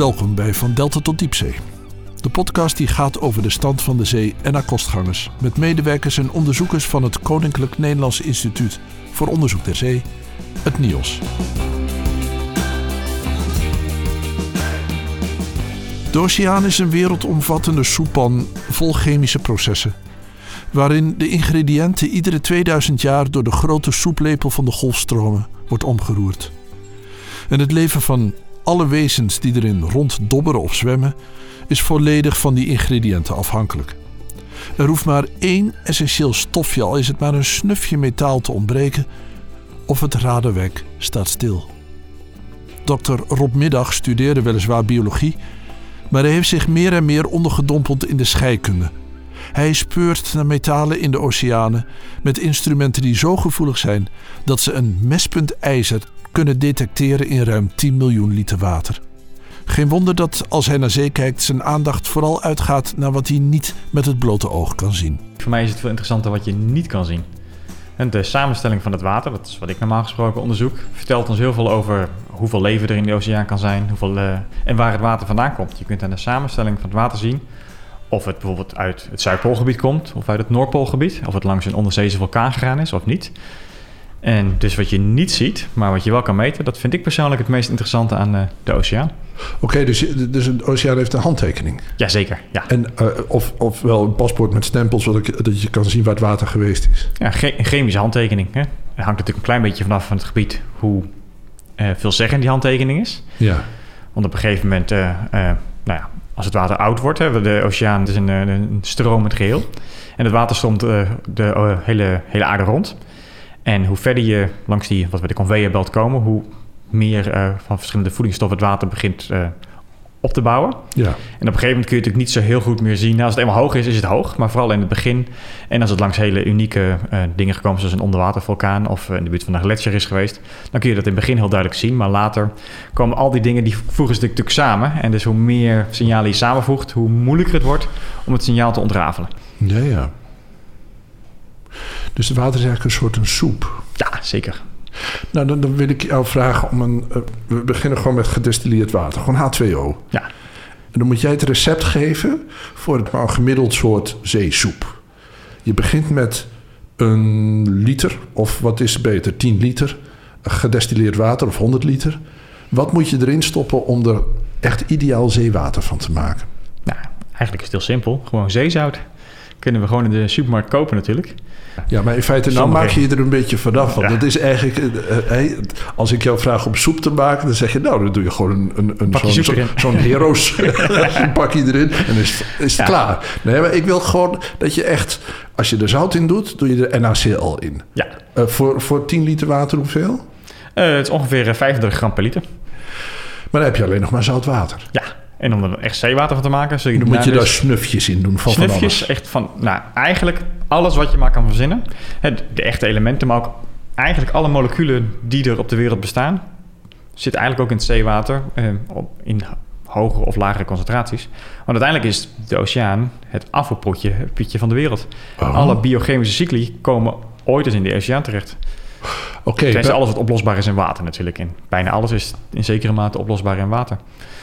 Welkom bij Van Delta tot Diepzee. De podcast die gaat over de stand van de zee en haar kostgangers. Met medewerkers en onderzoekers van het Koninklijk Nederlands Instituut voor Onderzoek der Zee, het NIOS. De oceaan is een wereldomvattende soeppan vol chemische processen, waarin de ingrediënten iedere 2000 jaar door de grote soeplepel van de golfstromen wordt omgeroerd. En het leven van alle wezens die erin ronddobberen of zwemmen is volledig van die ingrediënten afhankelijk. Er hoeft maar één essentieel stofje, al is het maar een snufje metaal, te ontbreken of het raderwerk staat stil. Dr. Rob Middag studeerde weliswaar biologie, maar hij heeft zich meer en meer ondergedompeld in de scheikunde. Hij speurt naar metalen in de oceanen met instrumenten die zo gevoelig zijn dat ze een mespunt ijzer kunnen detecteren in ruim 10 miljoen liter water. Geen wonder dat als hij naar zee kijkt zijn aandacht vooral uitgaat naar wat hij niet met het blote oog kan zien. Voor mij is het veel interessanter wat je niet kan zien. En de samenstelling van het water, dat is wat ik normaal gesproken onderzoek, vertelt ons heel veel over hoeveel leven er in de oceaan kan zijn en waar het water vandaan komt. Je kunt aan de samenstelling van het water zien of het bijvoorbeeld uit het Zuidpoolgebied komt of uit het Noordpoolgebied, of het langs een onderzeese vulkaan gegaan is of niet. En dus wat je niet ziet, maar wat je wel kan meten, dat vind ik persoonlijk het meest interessante aan de oceaan. Oké, dus een oceaan heeft een handtekening? Jazeker, ja. En ofwel een paspoort met stempels, dat je kan zien waar het water geweest is? Ja, een chemische handtekening. Hè? Het hangt natuurlijk een klein beetje vanaf van het gebied hoe veelzeggend die handtekening is. Ja. Want op een gegeven moment, als het water oud wordt, hè, de oceaan is een stromend geheel. En het water stroomt de hele aarde rond. En hoe verder je langs die, wat we de conveyorbelt komen, hoe meer van verschillende voedingsstoffen het water begint op te bouwen. Ja. En op een gegeven moment kun je het natuurlijk niet zo heel goed meer zien. Nou, als het eenmaal hoog is, is het hoog. Maar vooral in het begin. En als het langs hele unieke dingen gekomen, zoals een onderwatervulkaan of in de buurt van een gletsjer is geweest, dan kun je dat in het begin heel duidelijk zien. Maar later komen al die dingen, die voegen zich natuurlijk samen. En dus hoe meer signalen je samenvoegt, hoe moeilijker het wordt om het signaal te ontrafelen. Ja. Dus het water is eigenlijk een soep. Ja, zeker. Nou, dan wil ik jou vragen om we beginnen gewoon met gedestilleerd water. Gewoon H2O. Ja. En dan moet jij het recept geven voor een gemiddeld soort zeesoep. Je begint met een liter, of wat is beter, 10 liter gedestilleerd water of 100 liter. Wat moet je erin stoppen om er echt ideaal zeewater van te maken? Nou, eigenlijk is het heel simpel. Gewoon zeezout. Kunnen we gewoon in de supermarkt kopen natuurlijk. Ja, maar in feite, nou maak je er een beetje vanaf. Want dat is eigenlijk, als ik jou vraag om soep te maken, dan zeg je, nou, dan doe je gewoon zo'n Heroes pak je erin en is het klaar. Nee, maar ik wil gewoon dat je echt, als je er zout in doet, doe je er NaCl in. Ja. Voor 10 liter water hoeveel? Het is ongeveer 35 gram per liter. Maar dan heb je alleen nog maar zout water. Ja. En om er echt zeewater van te maken, zul je dan moet je daar snufjes in doen van snufjes, van alles. Echt van, eigenlijk alles wat je maar kan verzinnen. De echte elementen, maar ook eigenlijk alle moleculen die er op de wereld bestaan, zitten eigenlijk ook in het zeewater in hogere of lagere concentraties. Want uiteindelijk is de oceaan het afvalputje van de wereld. Oh. Alle biochemische cycli komen ooit eens in de oceaan terecht. Tenzij alles wat oplosbaar is in water natuurlijk. En bijna alles is in zekere mate oplosbaar in water.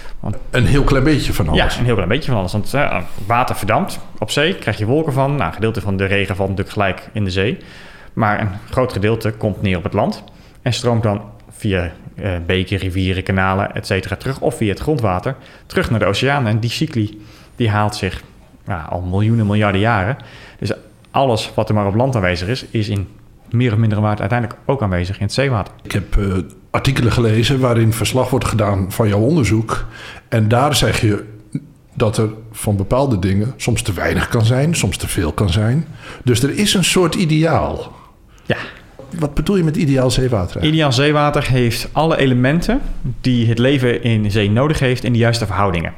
Een heel klein beetje van alles. Ja, een heel klein beetje van alles. Want water verdampt op zee, krijg je wolken van. Nou, een gedeelte van de regen valt natuurlijk gelijk in de zee. Maar een groot gedeelte komt neer op het land en stroomt dan via beken, rivieren, kanalen, et cetera terug. Of via het grondwater terug naar de oceaan. En die cycli die haalt zich al miljarden jaren. Dus alles wat er maar op land aanwezig is in meer of mindere mate uiteindelijk ook aanwezig in het zeewater. Ik heb artikelen gelezen waarin verslag wordt gedaan van jouw onderzoek. En daar zeg je dat er van bepaalde dingen soms te weinig kan zijn, soms te veel kan zijn. Dus er is een soort ideaal. Ja. Wat bedoel je met ideaal zeewater eigenlijk? Ideaal zeewater heeft alle elementen die het leven in de zee nodig heeft in de juiste verhoudingen.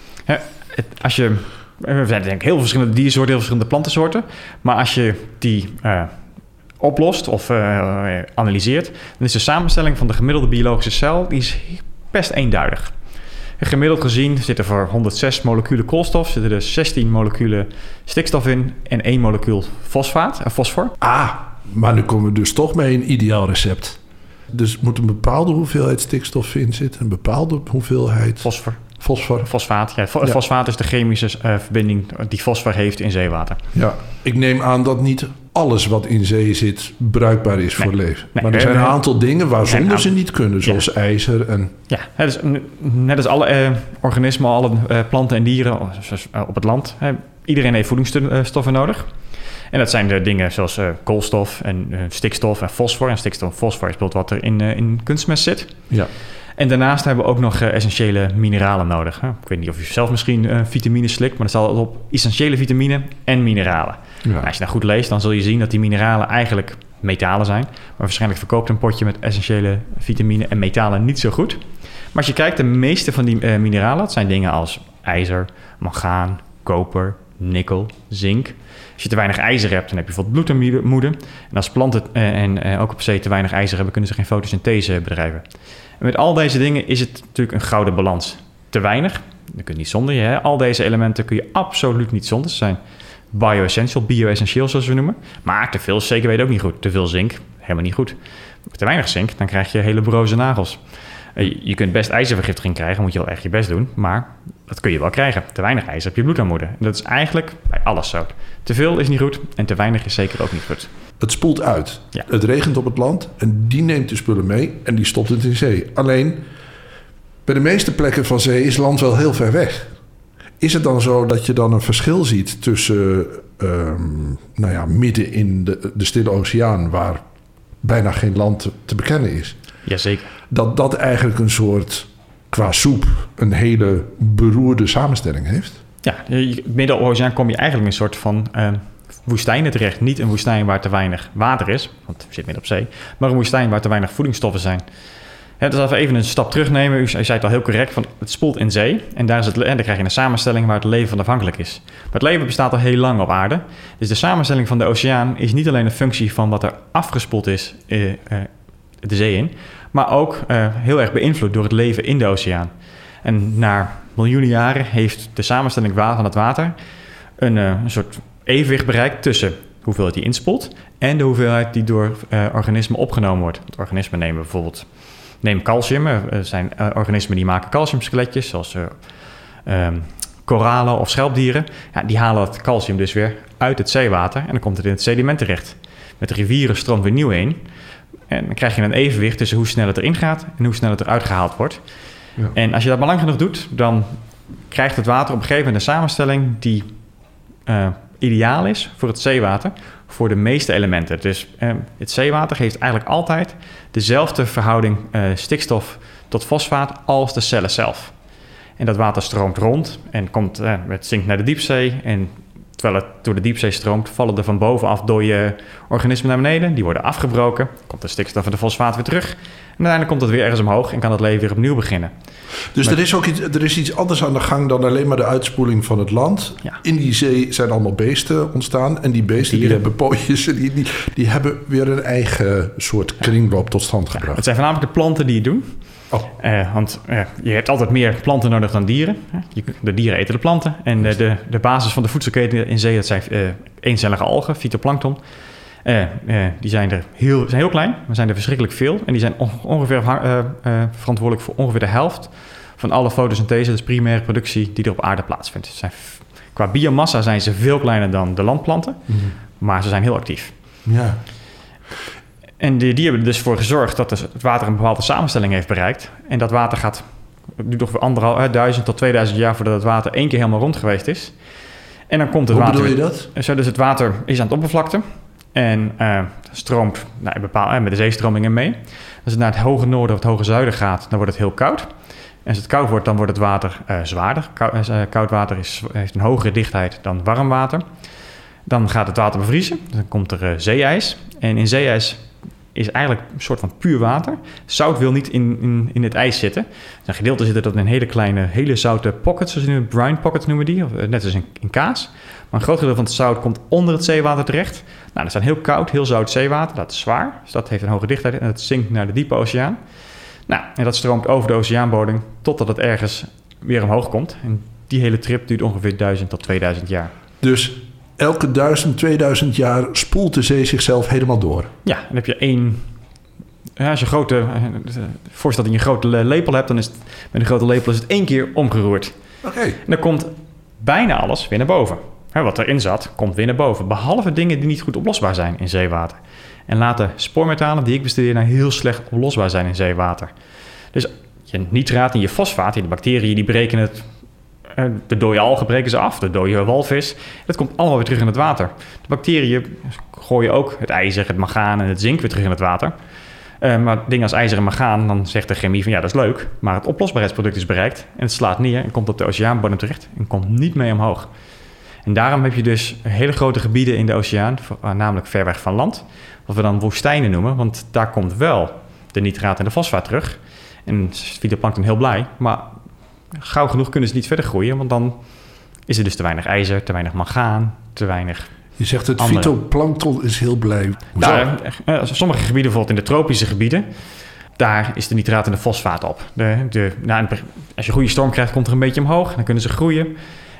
Er zijn denk ik heel veel verschillende diersoorten, heel veel verschillende plantensoorten. Maar als je die oplost of analyseert, dan is de samenstelling van de gemiddelde biologische cel die is best eenduidig. Gemiddeld gezien zitten er voor 106 moleculen koolstof, zitten er 16 moleculen stikstof in en 1 molecuul fosfor. Maar nu komen we dus toch bij een ideaal recept. Dus moet een bepaalde hoeveelheid stikstof in zitten, een bepaalde hoeveelheid fosfor. Fosfaat. Fosfaat is de chemische verbinding die fosfor heeft in zeewater. Ja, ik neem aan dat niet alles wat in zee zit bruikbaar is voor leven. Maar er zijn een aantal dingen waar zonder ze niet kunnen, zoals ijzer en... Ja, dus net als alle organismen, alle planten en dieren op het land. Iedereen heeft voedingsstoffen nodig. En dat zijn de dingen zoals koolstof en stikstof en fosfor. En stikstof en fosfor is bijvoorbeeld wat er in kunstmest zit. Ja. En daarnaast hebben we ook nog essentiële mineralen nodig. Ik weet niet of je zelf misschien vitamines slikt, maar er staat op essentiële vitamine en mineralen. Ja. Nou, als je nou goed leest, dan zul je zien dat die mineralen eigenlijk metalen zijn. Maar waarschijnlijk verkoopt een potje met essentiële vitamine en metalen niet zo goed. Maar als je kijkt, de meeste van die mineralen, dat zijn dingen als ijzer, mangaan, koper, nikkel, zink. Als je te weinig ijzer hebt, dan heb je bijvoorbeeld bloedarmoede. En als planten en ook op zee te weinig ijzer hebben, kunnen ze geen fotosynthese bedrijven. En met al deze dingen is het natuurlijk een gouden balans. Te weinig, dan kun je niet zonder je. Hè? Al deze elementen kun je absoluut niet zonder. Ze zijn bio-essentieel zoals we noemen. Maar te veel is zeker weten ook niet goed. Te veel zink, helemaal niet goed. Te weinig zink, dan krijg je hele broze nagels. Je kunt best ijzervergiftiging krijgen, moet je wel echt je best doen. Maar dat kun je wel krijgen. Te weinig ijzer heb je bloedarmoede. En dat is eigenlijk bij alles zo. Te veel is niet goed en te weinig is zeker ook niet goed. Het spoelt uit. Ja. Het regent op het land en die neemt de spullen mee en die stopt het in zee. Alleen, bij de meeste plekken van zee is land wel heel ver weg. Is het dan zo dat je dan een verschil ziet tussen midden in de Stille Oceaan, waar bijna geen land te bekennen is? Jazeker. Dat eigenlijk een soort, qua soep, een hele beroerde samenstelling heeft? Ja, Midden-Oceaan kom je eigenlijk in een soort van woestijnen terecht. Niet een woestijn waar te weinig water is, want het zit midden op zee, maar een woestijn waar te weinig voedingsstoffen zijn. Dus als we even een stap terugnemen, u zei het al heel correct, van het spoelt in zee en dan krijg je een samenstelling waar het leven van afhankelijk is. Maar het leven bestaat al heel lang op aarde, dus de samenstelling van de oceaan is niet alleen een functie van wat er afgespoeld is de zee in, maar ook heel erg beïnvloed door het leven in de oceaan. En na miljoenen jaren heeft de samenstelling van het water een soort evenwicht bereikt tussen de hoeveelheid die inspoelt en de hoeveelheid die door organismen opgenomen wordt. Want organismen nemen bijvoorbeeld calcium. Er zijn organismen die maken calciumskeletjes, zoals koralen of schelpdieren. Ja, die halen het calcium dus weer uit het zeewater en dan komt het in het sediment terecht. Met de rivieren stroomt weer nieuw heen. En dan krijg je een evenwicht tussen hoe snel het erin gaat en hoe snel het eruit gehaald wordt. Ja. En als je dat maar lang genoeg doet, dan krijgt het water op een gegeven moment een samenstelling die ideaal is voor het zeewater, voor de meeste elementen. Dus het zeewater heeft eigenlijk altijd dezelfde verhouding stikstof tot fosfaat als de cellen zelf. En dat water stroomt rond en het zinkt naar de diepzee. En terwijl het door de diepzee stroomt, vallen er van bovenaf dode organismen naar beneden. Die worden afgebroken, komt de stikstof en de fosfaat weer terug. En uiteindelijk komt het weer ergens omhoog en kan het leven weer opnieuw beginnen. Dus er is iets anders aan de gang dan alleen maar de uitspoeling van het land. Ja. In die zee zijn allemaal beesten ontstaan. En die beesten die hebben pootjes. Die hebben weer een eigen soort kringloop tot stand gebracht. Ja, het zijn voornamelijk de planten die het doen. Oh. Want je hebt altijd meer planten nodig dan dieren. De dieren eten de planten. En de basis van de voedselketen in zee, dat zijn eencellige algen, fytoplankton. Die zijn heel klein, maar zijn er verschrikkelijk veel. En die zijn ongeveer verantwoordelijk voor ongeveer de helft van alle fotosynthese, dus primaire productie, die er op aarde plaatsvindt. Qua biomassa zijn ze veel kleiner dan de landplanten, maar ze zijn heel actief. Ja. En die hebben er dus voor gezorgd dat het water een bepaalde samenstelling heeft bereikt. En dat water het duurt ongeveer 1000 tot 2000 jaar voordat het water 1 keer helemaal rond geweest is. En dan komt het water. Hoe bedoel je dat? Dus het water is aan het oppervlakte en stroomt met de zeestromingen mee. Als het naar het hoge noorden of het hoge zuiden gaat, dan wordt het heel koud. En als het koud wordt, dan wordt het water zwaarder. Koud water heeft een hogere dichtheid dan warm water. Dan gaat het water bevriezen. Dan komt er zeeijs. En in zeeijs is eigenlijk een soort van puur water. Zout wil niet in het ijs zitten. Een gedeelte zit er dat in hele kleine, hele zoute pockets, zoals in brine pockets noemen die, of net als in kaas. Maar een groot gedeelte van het zout komt onder het zeewater terecht. Nou, dat is dan heel koud, heel zout zeewater. Dat is zwaar, dus dat heeft een hoge dichtheid en dat zinkt naar de diepe oceaan. Nou, en dat stroomt over de oceaanbodem totdat het ergens weer omhoog komt. En die hele trip duurt ongeveer 1000 tot 2000 jaar. Dus elke 1000, 2000 jaar spoelt de zee zichzelf helemaal door. Ja, dan heb je als je voorstel dat je een grote lepel hebt, dan is het met een grote lepel is het 1 keer omgeroerd. Oké. En dan komt bijna alles weer naar boven. Wat erin zat, komt weer naar boven. Behalve dingen die niet goed oplosbaar zijn in zeewater. En laten spoormetalen die ik bestudeer nou heel slecht oplosbaar zijn in zeewater. Dus je nitraat en je fosfaat, de bacteriën die breken het. De dode algen breken ze af, de dode walvis. Dat komt allemaal weer terug in het water. De bacteriën gooien ook het ijzer, het mangaan en het zink weer terug in het water. Maar dingen als ijzer en mangaan, dan zegt de chemie van ja, dat is leuk. Maar het oplosbaarheidsproduct is bereikt en het slaat neer en komt op de oceaanbodem terecht en komt niet mee omhoog. En daarom heb je dus hele grote gebieden in de oceaan, namelijk ver weg van land, wat we dan woestijnen noemen, want daar komt wel de nitraat en de fosfaat terug. En fytoplankton heel blij, maar gauw genoeg kunnen ze niet verder groeien, want dan is er dus te weinig ijzer, te weinig mangaan, te weinig. Je zegt het fytoplankton is heel blij. Sommige gebieden, bijvoorbeeld in de tropische gebieden, daar is de nitraat en de fosfaat op. Als je goede storm krijgt, komt er een beetje omhoog, dan kunnen ze groeien.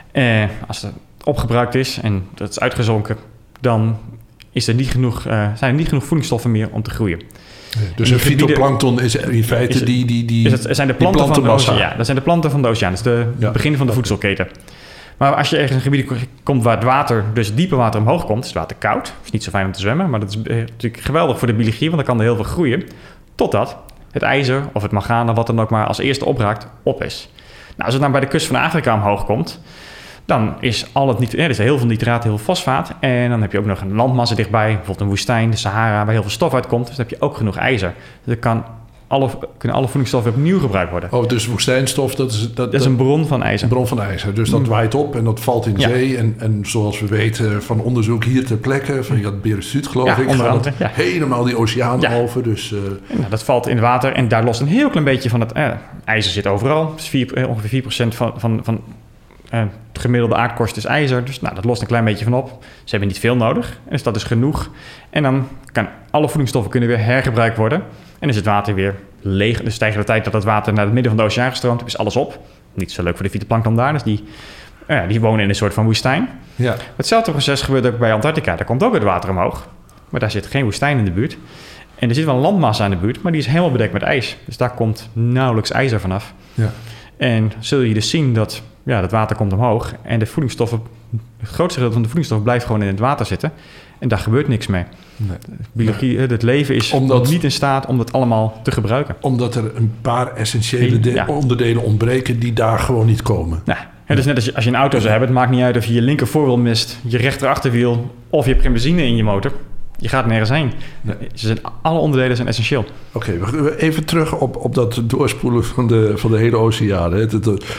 Als het opgebruikt is en dat is uitgezonken, dan zijn er niet genoeg voedingsstoffen meer om te groeien. Dus een fytoplankton is in feite zijn de planten van de oceaan. Ja, dat zijn de planten van de oceaan. Dat is het begin van de voedselketen. Maar als je ergens in een gebied komt waar het water, dus diepe water omhoog komt, is het water koud. Het is niet zo fijn om te zwemmen, maar dat is natuurlijk geweldig voor de biologie, want dan kan er heel veel groeien. Totdat het ijzer of het mangaan of wat dan ook maar als eerste opraakt, op is. Nou, als het dan bij de kust van Afrika omhoog komt, dan is er is heel veel nitraat, heel veel fosfaat. En dan heb je ook nog een landmassa dichtbij, bijvoorbeeld een woestijn, de Sahara, waar heel veel stof uitkomt. Dus dan heb je ook genoeg ijzer. Dus dan kunnen alle voedingsstoffen opnieuw gebruikt worden. Oh, dus woestijnstof, dat is een bron van ijzer. Een bron van ijzer. Dus dat waait op en dat valt in zee. En zoals we weten van onderzoek hier ter plekke, van dat Beresut geloof ik, gaat het helemaal die oceaan over. Dus, dat valt in het water en daar lost een heel klein beetje van het ijzer zit overal. Dus ongeveer 4% van het gemiddelde aardkorst is ijzer. Dus dat lost een klein beetje van op. Ze hebben niet veel nodig. Dus dat is genoeg. En dan kan alle voedingsstoffen weer hergebruikt worden. En is het water weer leeg. Dus tegen de tijd dat het water naar het midden van de oceaan gestroomt, is alles op. Niet zo leuk voor de fytoplankton daar. Dus die wonen in een soort van woestijn. Ja. Hetzelfde proces gebeurt ook bij Antarctica. Daar komt ook het water omhoog. Maar daar zit geen woestijn in de buurt. En er zit wel een landmassa in de buurt, maar die is helemaal bedekt met ijs. Dus daar komt nauwelijks ijzer vanaf. Ja. En zul je dus zien dat dat water komt omhoog en de voedingsstoffen, het grootste gedeelte van de voedingsstoffen blijft gewoon in het water zitten. En daar gebeurt niks mee. Nee. Biologie, het leven is niet in staat om dat allemaal te gebruiken. Omdat er een paar essentiële onderdelen ontbreken die daar gewoon niet komen. Nou, het is net als je een auto zou hebben. Het maakt niet uit of je je linker voorwiel mist, je rechterachterwiel of je hebt geen benzine in je motor. Je gaat nergens heen. Nee. Alle onderdelen zijn essentieel. Oké, even terug op dat doorspoelen van de hele oceaan.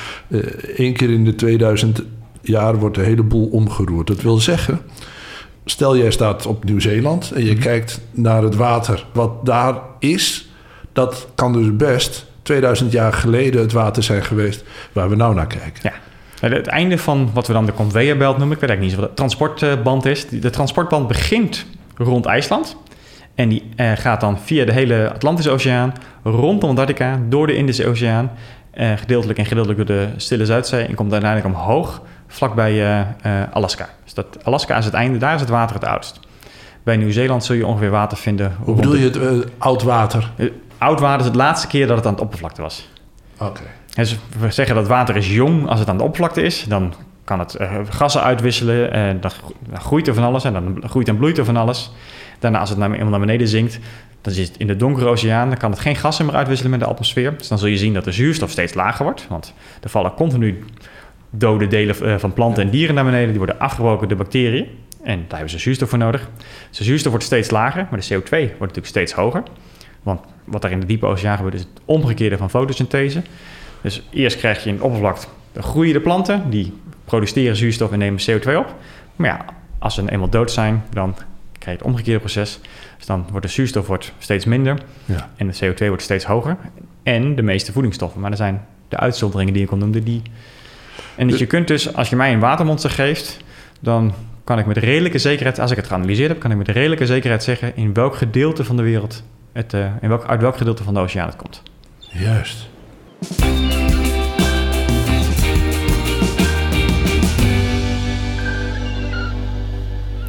1 keer in de 2000 jaar wordt de hele boel omgeroerd. Dat wil zeggen, stel jij staat op Nieuw-Zeeland en je kijkt naar het water wat daar is. Dat kan dus best 2000 jaar geleden het water zijn geweest waar we nou naar kijken. Ja. Het einde van wat we dan de conveyorbelt noemen, ik weet eigenlijk niet wat de transportband is. De transportband begint rond IJsland. En die gaat dan via de hele Atlantische Oceaan, rondom Antarctica, door de Indische Oceaan, gedeeltelijk door de Stille Zuidzee en komt uiteindelijk omhoog, vlakbij Alaska. Dus Alaska is het einde, daar is het water het oudst. Bij Nieuw-Zeeland zul je ongeveer water vinden. Hoe bedoel je het oud water? Oud water is het laatste keer dat het aan het oppervlakte was. Oké. Dus we zeggen dat water is jong als het aan de oppervlakte is. Dan kan het gassen uitwisselen, dan groeit er van alles en dan groeit en bloeit er van alles. Daarna als het eenmaal naar beneden zinkt, dan zit het in de donkere oceaan, dan kan het geen gassen meer uitwisselen met de atmosfeer. Dus dan zul je zien dat de zuurstof steeds lager wordt, want er vallen continu dode delen van planten en dieren naar beneden, die worden afgebroken door bacteriën en daar hebben ze zuurstof voor nodig. Dus de zuurstof wordt steeds lager, maar de CO2 wordt natuurlijk steeds hoger. Want wat er in de diepe oceaan gebeurt is het omgekeerde van fotosynthese. Dus eerst krijg je in het oppervlak, dan groeien de planten, die produceren zuurstof en nemen CO2 op. Maar ja, als ze eenmaal dood zijn, dan krijg je het omgekeerde proces. Dus dan wordt de zuurstof steeds minder en de CO2 wordt steeds hoger. En de meeste voedingsstoffen. Maar er zijn de uitzonderingen die ik al noemde. En dus je kunt dus, als je mij een watermonster geeft, dan kan ik met redelijke zekerheid, als ik het geanalyseerd heb, kan ik met redelijke zekerheid zeggen in welk gedeelte van de wereld uit welk gedeelte van de oceaan het komt. Juist.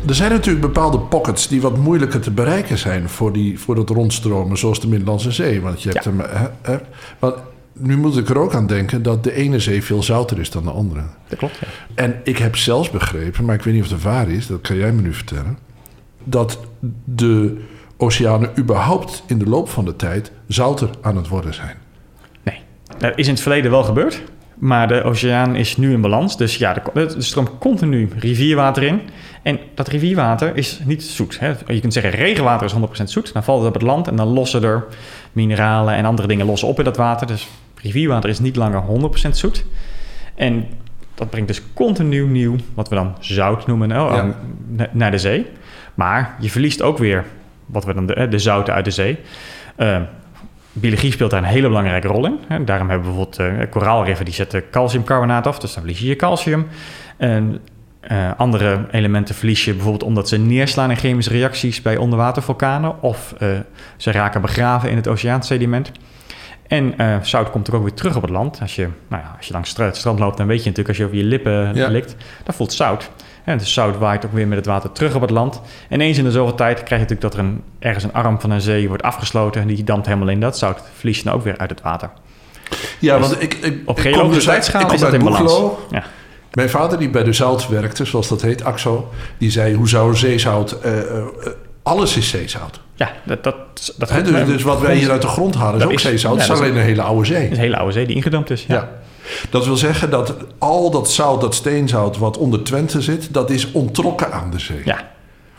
Er zijn natuurlijk bepaalde pockets die wat moeilijker te bereiken zijn voor dat rondstromen, zoals de Middellandse Zee. Want je hebt want nu moet ik er ook aan denken dat de ene zee veel zouter is dan de andere. Dat klopt, ja. En ik heb zelfs begrepen, maar ik weet niet of het waar is, dat kan jij me nu vertellen, dat de oceanen überhaupt in de loop van de tijd zouter aan het worden zijn. Nee, dat is in het verleden wel gebeurd. Maar de oceaan is nu in balans. Dus ja, er stroomt continu rivierwater in. En dat rivierwater is niet zoet. Hè. Je kunt zeggen, regenwater is 100% zoet. Dan valt het op het land en dan lossen er mineralen en andere dingen lossen op in dat water. Dus rivierwater is niet langer 100% zoet. En dat brengt dus continu nieuw, wat we dan zout noemen, naar de zee. Maar je verliest ook weer, wat we dan de zouten uit de zee. Biologie speelt daar een hele belangrijke rol in. Daarom hebben we bijvoorbeeld koraalriffen die zetten calciumcarbonaat af. Dus dan verlies je calcium. En andere elementen verlies je bijvoorbeeld omdat ze neerslaan in chemische reacties bij onderwatervulkanen. Of ze raken begraven in het oceaansediment. En zout komt ook weer terug op het land. Als je langs het strand loopt, dan weet je natuurlijk, als je over je lippen likt, dan voelt zout. En dus zout waait ook weer met het water terug op het land. En eens in de zoveel tijd krijg je natuurlijk dat er ergens een arm van een zee wordt afgesloten. En die dampt helemaal in. Dat zout verlies je dan ook weer uit het water. Ja, dus want ik op geologische tijdschaal is dat in balans. Ja. Mijn vader die bij de zout werkte, zoals dat heet, AXO, die zei, hoe zou zeezout... alles is zeezout. Ja, dus wat wij hier uit de grond halen is ook zeezout. Het is alleen een hele oude zee. Het is een hele oude zee die ingedampt is. Ja. Dat wil zeggen dat al dat zout, dat steenzout wat onder Twente zit, dat is onttrokken aan de zee. Ja.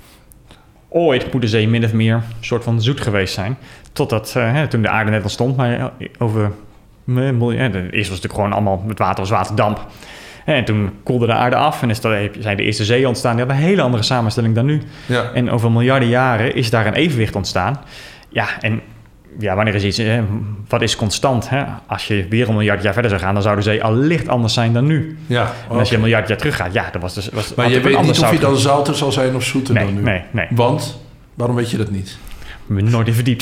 Ooit moet de zee min of meer een soort van zoet geweest zijn. Totdat toen de aarde net ontstond, maar over... eerst was het natuurlijk gewoon allemaal, het water was waterdamp. En toen koelde de aarde af en zijn de eerste zeeën ontstaan. Die hadden een hele andere samenstelling dan nu. Ja. En over miljarden jaren is daar een evenwicht ontstaan. Ja, en wanneer is iets... wat is constant? Hè? Als je weer een miljard jaar verder zou gaan, dan zou de zee al licht anders zijn dan nu. Ja, en als je een miljard jaar terug gaat, dan was het... Maar je weet niet of je dan zouter zal zijn of zoeter dan nu? Nee. Want? Waarom weet je dat niet? Ik ben er nooit in verdiept.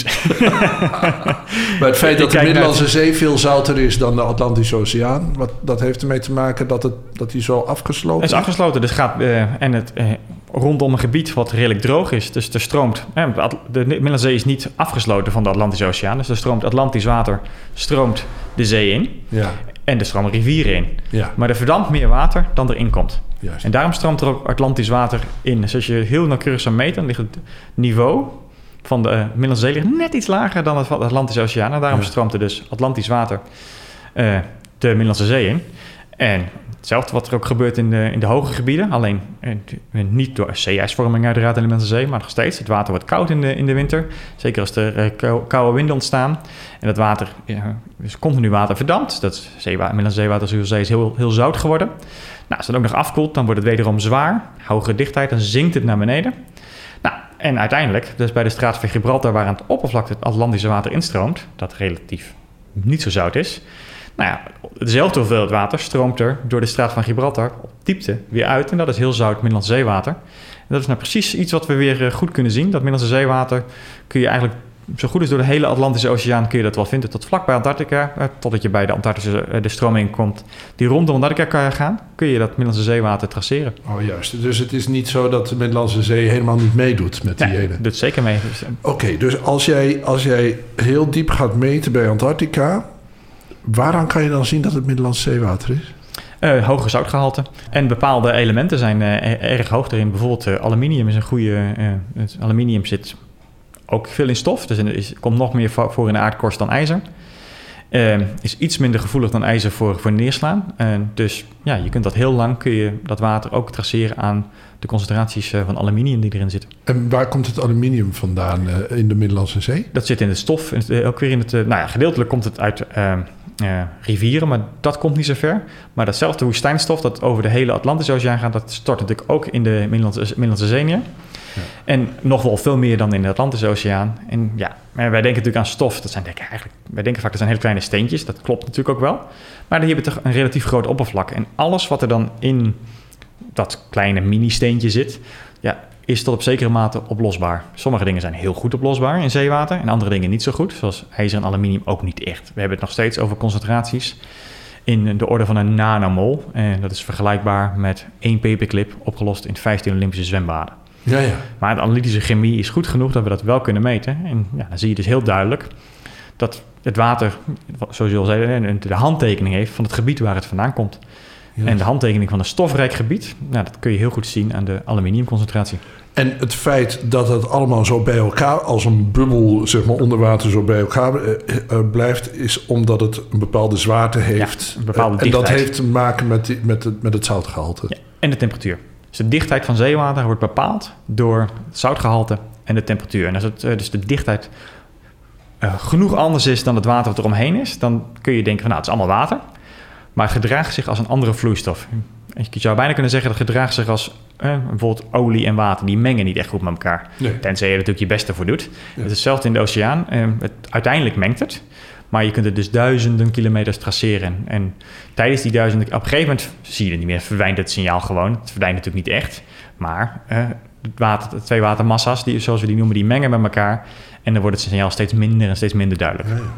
Maar het feit dat de Middellandse Zee veel zouter is dan de Atlantische Oceaan, dat heeft ermee te maken dat die zo afgesloten is? Het is afgesloten, dus gaat rondom een gebied wat redelijk droog is. Dus er stroomt... de Middellandse Zee is niet afgesloten van de Atlantische Oceaan. Dus er stroomt Atlantisch water, stroomt de zee in. Ja. En er stromen rivieren in. Ja. Maar er verdampt meer water dan erin komt. Juist. En daarom stroomt er ook Atlantisch water in. Dus als je heel nauwkeurig zou meten, dan ligt het niveau van de Middellandse Zee ligt net iets lager dan het Atlantische Oceaan. En daarom stroomt er dus Atlantisch water de Middellandse Zee in. En hetzelfde wat er ook gebeurt in de hoge gebieden. Alleen niet door zeeijsvorming uiteraard in de Middellandse Zee, maar nog steeds. Het water wordt koud in de winter. Zeker als er koude winden ontstaan. En dat water is continu water verdampt. Dat Middellandse zeewater zoals is heel, heel zout geworden. Nou, als het ook nog afkoelt, dan wordt het wederom zwaar. Hogere dichtheid, dan zinkt het naar beneden. Nou, en uiteindelijk, dus bij de straat van Gibraltar, waar aan het oppervlak het Atlantische water instroomt, dat relatief niet zo zout is. Nou ja, dezelfde hoeveelheid water stroomt er door de straat van Gibraltar op diepte weer uit. En dat is heel zout Middellandse zeewater. En dat is nou precies iets wat we weer goed kunnen zien. Dat Middellandse zeewater kun je eigenlijk zo goed als door de hele Atlantische Oceaan kun je dat wel vinden. Tot vlak bij Antarctica, totdat je bij de Antarctische de stroming komt die rondom Antarctica kan gaan, kun je dat Middellandse zeewater traceren. Oh juist, dus het is niet zo dat de Middellandse Zee helemaal niet meedoet met die hele... doet zeker mee. Oké, dus als jij heel diep gaat meten bij Antarctica, waaraan kan je dan zien dat het Middellandse zeewater is? Hoge zoutgehalte. En bepaalde elementen zijn erg hoog erin. Bijvoorbeeld aluminium is een goede... aluminium zit ook veel in stof. Dus komt nog meer voor in de aardkorst dan ijzer. Is iets minder gevoelig dan ijzer voor neerslaan. Dus ja, je kunt dat heel lang, kun je dat water ook traceren aan de concentraties van aluminium die erin zitten. En waar komt het aluminium vandaan in de Middellandse Zee? Dat zit in het stof. Ook weer in het... gedeeltelijk komt het uit rivieren, maar dat komt niet zo ver. Maar datzelfde woestijnstof dat over de hele Atlantische Oceaan gaat, dat stort natuurlijk ook in de Middellandse Zee neer. Ja. En nog wel veel meer dan in de Atlantische Oceaan. En ja, wij denken natuurlijk aan stof. Wij denken vaak dat zijn hele kleine steentjes. Dat klopt natuurlijk ook wel. Maar die hebben toch een relatief groot oppervlak. En alles wat er dan in dat kleine mini-steentje zit, ja, is tot op zekere mate oplosbaar. Sommige dingen zijn heel goed oplosbaar in zeewater en andere dingen niet zo goed, zoals ijzer en aluminium ook niet echt. We hebben het nog steeds over concentraties in de orde van een nanomol. En dat is vergelijkbaar met 1 paperclip opgelost in 15 Olympische zwembaden. Ja. Maar de analytische chemie is goed genoeg dat we dat wel kunnen meten. En dan zie je dus heel duidelijk dat het water, zoals je al zei, de handtekening heeft van het gebied waar het vandaan komt. Ja. En de handtekening van een stofrijk gebied, dat kun je heel goed zien aan de aluminiumconcentratie. En het feit dat het allemaal zo bij elkaar, als een bubbel zeg maar onder water zo bij elkaar blijft, is omdat het een bepaalde zwaarte heeft. Een bepaalde dichtheid. En dat heeft te maken met het zoutgehalte. Ja, en de temperatuur. Dus de dichtheid van zeewater wordt bepaald door het zoutgehalte en de temperatuur. En als het, dus de dichtheid genoeg anders is dan het water wat er omheen is, dan kun je denken van het is allemaal water. Maar het gedraagt zich als een andere vloeistof. Je zou bijna kunnen zeggen dat het gedraagt zich als bijvoorbeeld olie en water. Die mengen niet echt goed met elkaar. Nee. Tenzij je er natuurlijk je beste voor doet. Ja. Het is hetzelfde in de oceaan. Uiteindelijk mengt het. Maar je kunt het dus duizenden kilometers traceren. En tijdens die duizenden... Op een gegeven moment zie je het niet meer. Verdwijnt het signaal gewoon. Het verdwijnt natuurlijk niet echt. Maar de twee watermassa's, zoals we die noemen, die mengen met elkaar. En dan wordt het signaal steeds minder en steeds minder duidelijk. Ja.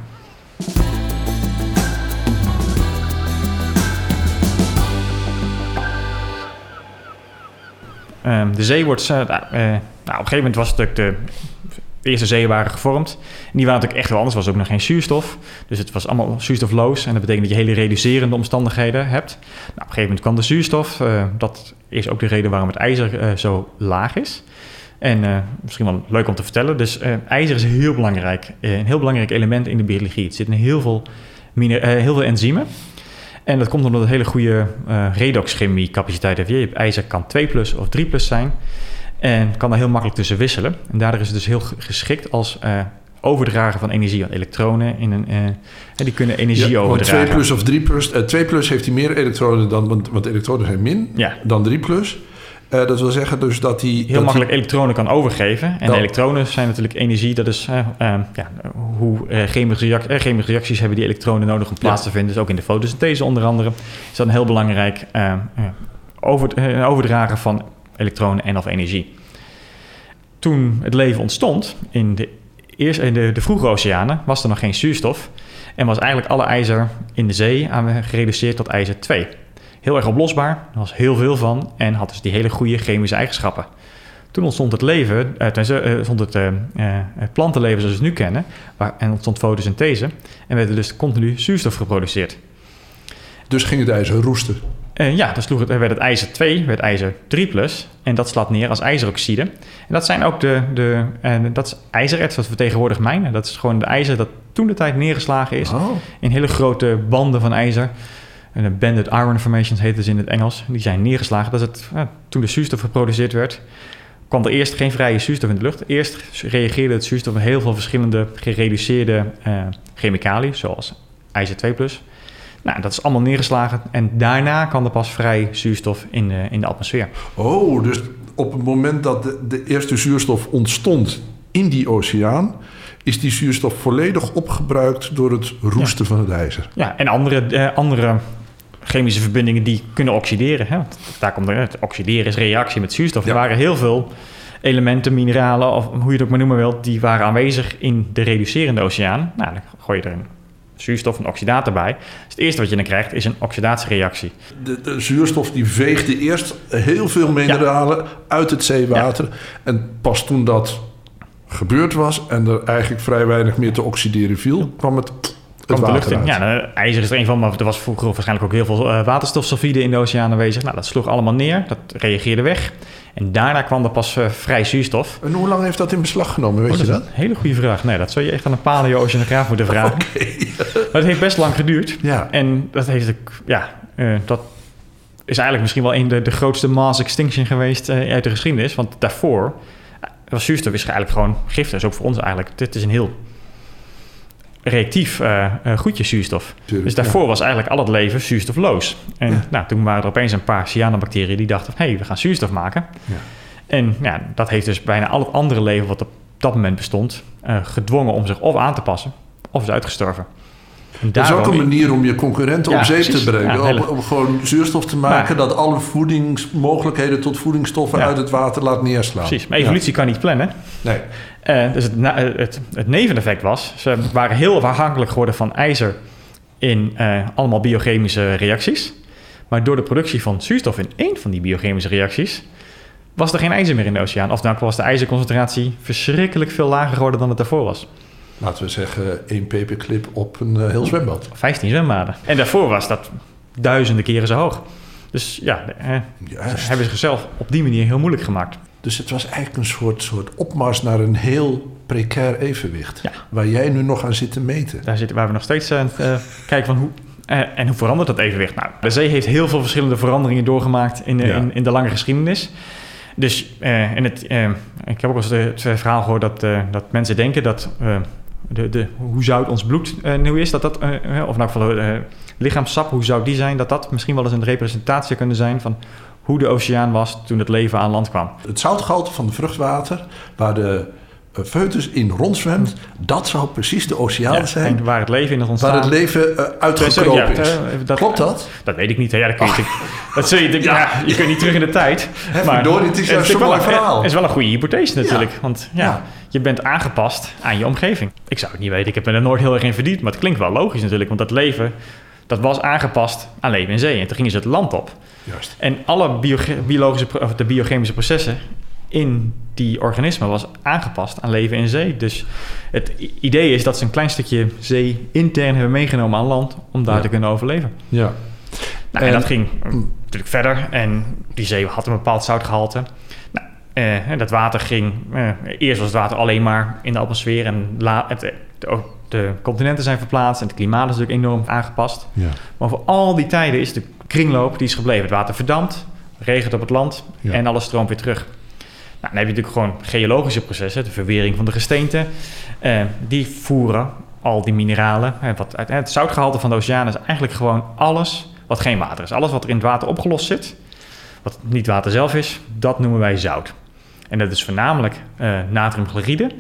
De zee wordt... op een gegeven moment was het de eerste zeeën waren gevormd. En die waren natuurlijk echt wel anders. Er was ook nog geen zuurstof. Dus het was allemaal zuurstofloos. En dat betekent dat je hele reducerende omstandigheden hebt. Op een gegeven moment kwam de zuurstof. Dat is ook de reden waarom het ijzer zo laag is. En misschien wel leuk om te vertellen. Dus ijzer is heel belangrijk. Een heel belangrijk element in de biologie. Het zit in heel veel enzymen. En dat komt omdat het hele goede redoxchemie capaciteit heeft. Je hebt ijzer kan 2+ of 3+ zijn. En kan daar heel makkelijk tussen wisselen. En daardoor is het dus heel geschikt als overdragen van energie. Want elektronen die kunnen energie overdragen. Want 2+ of 3+. 2+ heeft hij meer elektronen dan... Want elektronen zijn min dan 3+. Dat wil zeggen dus dat hij... Heel makkelijk elektronen kan overgeven. En elektronen zijn natuurlijk energie. Dat is hoe chemische reacties hebben die elektronen nodig om plaats te vinden. Dus ook in de fotosynthese onder andere. Is dat een heel belangrijk overdragen van elektronen en of energie. Toen het leven ontstond in de vroege oceanen was er nog geen zuurstof. En was eigenlijk alle ijzer in de zee gereduceerd tot ijzer 2. Heel erg oplosbaar, er was heel veel van en had dus die hele goede chemische eigenschappen. Toen ontstond het leven, het plantenleven zoals we het nu kennen, en ontstond fotosynthese en werd er dus continu zuurstof geproduceerd. Dus ging het ijzer roesten? Dan werd het ijzer 2, werd ijzer 3+, en dat slaat neer als ijzeroxide. En dat zijn ook dat is ijzererts, wat we tegenwoordig mijnen. Dat is gewoon de ijzer dat toen de tijd neergeslagen is in hele grote banden van ijzer. En banded iron formations heet het in het Engels. Die zijn neergeslagen. Dat is toen de zuurstof geproduceerd werd, kwam er eerst geen vrije zuurstof in de lucht. Eerst reageerde het zuurstof met heel veel verschillende gereduceerde chemicaliën, zoals ijzer 2+. Dat is allemaal neergeslagen. En daarna kwam er pas vrij zuurstof in de atmosfeer. Oh, dus op het moment dat de eerste zuurstof ontstond in die oceaan, is die zuurstof volledig opgebruikt door het roesten van het ijzer. Ja, en andere chemische verbindingen die kunnen oxideren. Hè? Daar komt het oxideren is reactie met zuurstof. Ja. Er waren heel veel elementen, mineralen, of hoe je het ook maar noemen wilt, die waren aanwezig in de reducerende oceaan. Dan gooi je er een zuurstof, een oxidaat erbij. Dus het eerste wat je dan krijgt is een oxidatiereactie. De zuurstof die veegde eerst heel veel mineralen uit het zeewater. Ja. En pas toen dat gebeurd was en er eigenlijk vrij weinig meer te oxideren viel, kwam het water uit. Ja, ijzer is er een van, maar er was vroeger waarschijnlijk ook heel veel waterstofsulfide in de oceaan aanwezig. Dat sloeg allemaal neer, dat reageerde weg. En daarna kwam er pas vrij zuurstof. En hoe lang heeft dat in beslag genomen, weet je dat? Een hele goede vraag. Nee, dat zou je echt aan een paleo-oceanograaf moeten vragen. Okay. Maar het heeft best lang geduurd. Ja. En dat heeft dat is eigenlijk misschien wel de grootste mass extinction geweest uit de geschiedenis. Want daarvoor was zuurstof eigenlijk gewoon giftig. Dat is ook voor ons eigenlijk. Dit is een heel reactief goedje zuurstof. Tuurlijk, dus daarvoor was eigenlijk al het leven zuurstofloos. En toen waren er opeens een paar cyanobacteriën die dachten, we gaan zuurstof maken. Ja. En dat heeft dus bijna al het andere leven wat op dat moment bestond gedwongen om zich of aan te passen of is uitgestorven. Dat is ook een manier om je concurrenten op zeep te brengen. Om gewoon zuurstof te maken dat alle voedingsmogelijkheden tot voedingsstoffen uit het water laat neerslaan. Precies, maar evolutie kan niet plannen. Nee. Dus het neveneffect was, ze waren heel afhankelijk geworden van ijzer in allemaal biochemische reacties. Maar door de productie van zuurstof in één van die biochemische reacties was er geen ijzer meer in de oceaan. Of was de ijzerconcentratie verschrikkelijk veel lager geworden dan het daarvoor was. Laten we zeggen 1 paperclip op een heel zwembad. 15 zwembaden. En daarvoor was dat duizenden keren zo hoog. Dus ja, hebben ze zichzelf op die manier heel moeilijk gemaakt. Dus het was eigenlijk een soort opmars naar een heel precair evenwicht. Ja. Waar jij nu nog aan zit te meten. Waar we nog steeds aan kijken van hoe... en hoe verandert dat evenwicht? Nou, de zee heeft heel veel verschillende veranderingen doorgemaakt in de lange geschiedenis. Dus ik heb ook wel eens het verhaal gehoord dat mensen denken dat hoe zout ons bloed nu is, of in elk geval lichaamssap, hoe zou die zijn, dat misschien wel eens een representatie kunnen zijn van hoe de oceaan was toen het leven aan land kwam. Het zoutgehalte van het vruchtwater, waar de foetus in rondzwemt, dat zou precies de oceaan zijn. En waar het leven in is ontstaan. Waar het leven uitgekropen is. Klopt dat? Dat weet ik niet. Ja, je kunt niet terug in de tijd. Het is juist zo'n mooi verhaal. Het is wel een goede hypothese natuurlijk. Ja. Want je bent aangepast aan je omgeving. Ik zou het niet weten. Ik heb me er nooit heel erg in verdiept. Maar het klinkt wel logisch natuurlijk. Want dat leven, dat was aangepast aan leven in zee. En toen gingen ze het land op. Juist. En alle de biochemische processen in die organismen was aangepast aan leven in zee. Dus het idee is dat ze een klein stukje zee intern hebben meegenomen aan land om daar te kunnen overleven. Ja. Nou, en dat ging natuurlijk verder en die zee had een bepaald zoutgehalte. Nou, dat water ging... eerst was het water alleen maar in de atmosfeer en de continenten zijn verplaatst en het klimaat is natuurlijk enorm aangepast. Ja. Maar voor al die tijden is de kringloop die is gebleven. Het water verdampt, regent op het land en alles stroomt weer terug. Nou, dan heb je natuurlijk gewoon geologische processen, de verwering van de gesteenten. Die voeren al die mineralen. Het zoutgehalte van de oceaan is eigenlijk gewoon alles wat geen water is. Alles wat er in het water opgelost zit, wat niet water zelf is, dat noemen wij zout. En dat is voornamelijk natriumchloride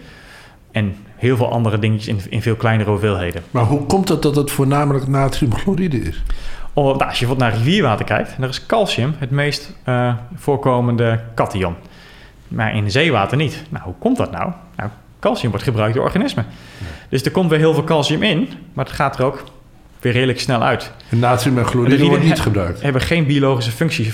en heel veel andere dingetjes in veel kleinere hoeveelheden. Maar hoe komt het dat het voornamelijk natriumchloride is? Als je bijvoorbeeld naar rivierwater kijkt, dan is calcium het meest voorkomende kation. Maar in zeewater niet. Nou, hoe komt dat nou? Nou, calcium wordt gebruikt door organismen. Ja. Dus er komt weer heel veel calcium in, maar het gaat er ook weer redelijk snel uit. En natrium en chloride wordt niet gebruikt? Hebben geen biologische functie.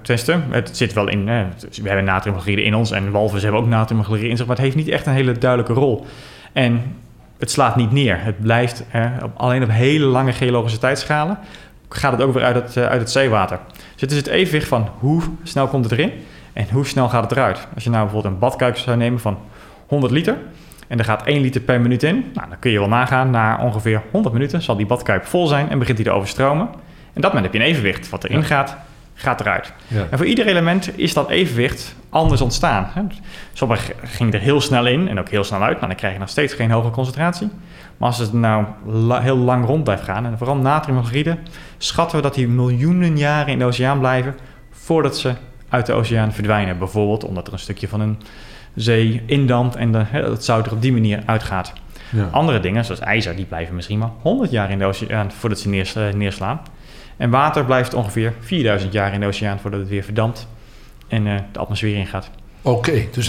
Het zit wel in... we hebben natriumchloride in ons en walvissen hebben ook natriumchloride in zich, maar het heeft niet echt een hele duidelijke rol. En het slaat niet neer. Het blijft alleen op hele lange geologische tijdschalen gaat het ook weer uit het zeewater. Dus het is het evenwicht van hoe snel komt het erin en hoe snel gaat het eruit. Als je nou bijvoorbeeld een badkuip zou nemen van 100 liter... en er gaat 1 liter per minuut in... nou, dan kun je wel nagaan, na ongeveer 100 minuten... zal die badkuip vol zijn en begint hij te overstromen. En dat moment heb je een evenwicht. Wat erin gaat eruit. Ja. En voor ieder element is dat evenwicht anders ontstaan. Sommige ging er heel snel in en ook heel snel uit... maar dan krijg je nog steeds geen hoge concentratie. Maar als het nou heel lang rond blijft gaan... en vooral natriumchloride... schatten we dat die miljoenen jaren in de oceaan blijven... voordat ze uit de oceaan verdwijnen. Bijvoorbeeld omdat er een stukje van een zee indampt en het zout er op die manier uitgaat. Ja. Andere dingen, zoals ijzer, die blijven misschien maar 100 jaar in de oceaan voordat ze neerslaan. En water blijft ongeveer 4000 jaar in de oceaan voordat het weer verdampt en de atmosfeer ingaat. Oké, dus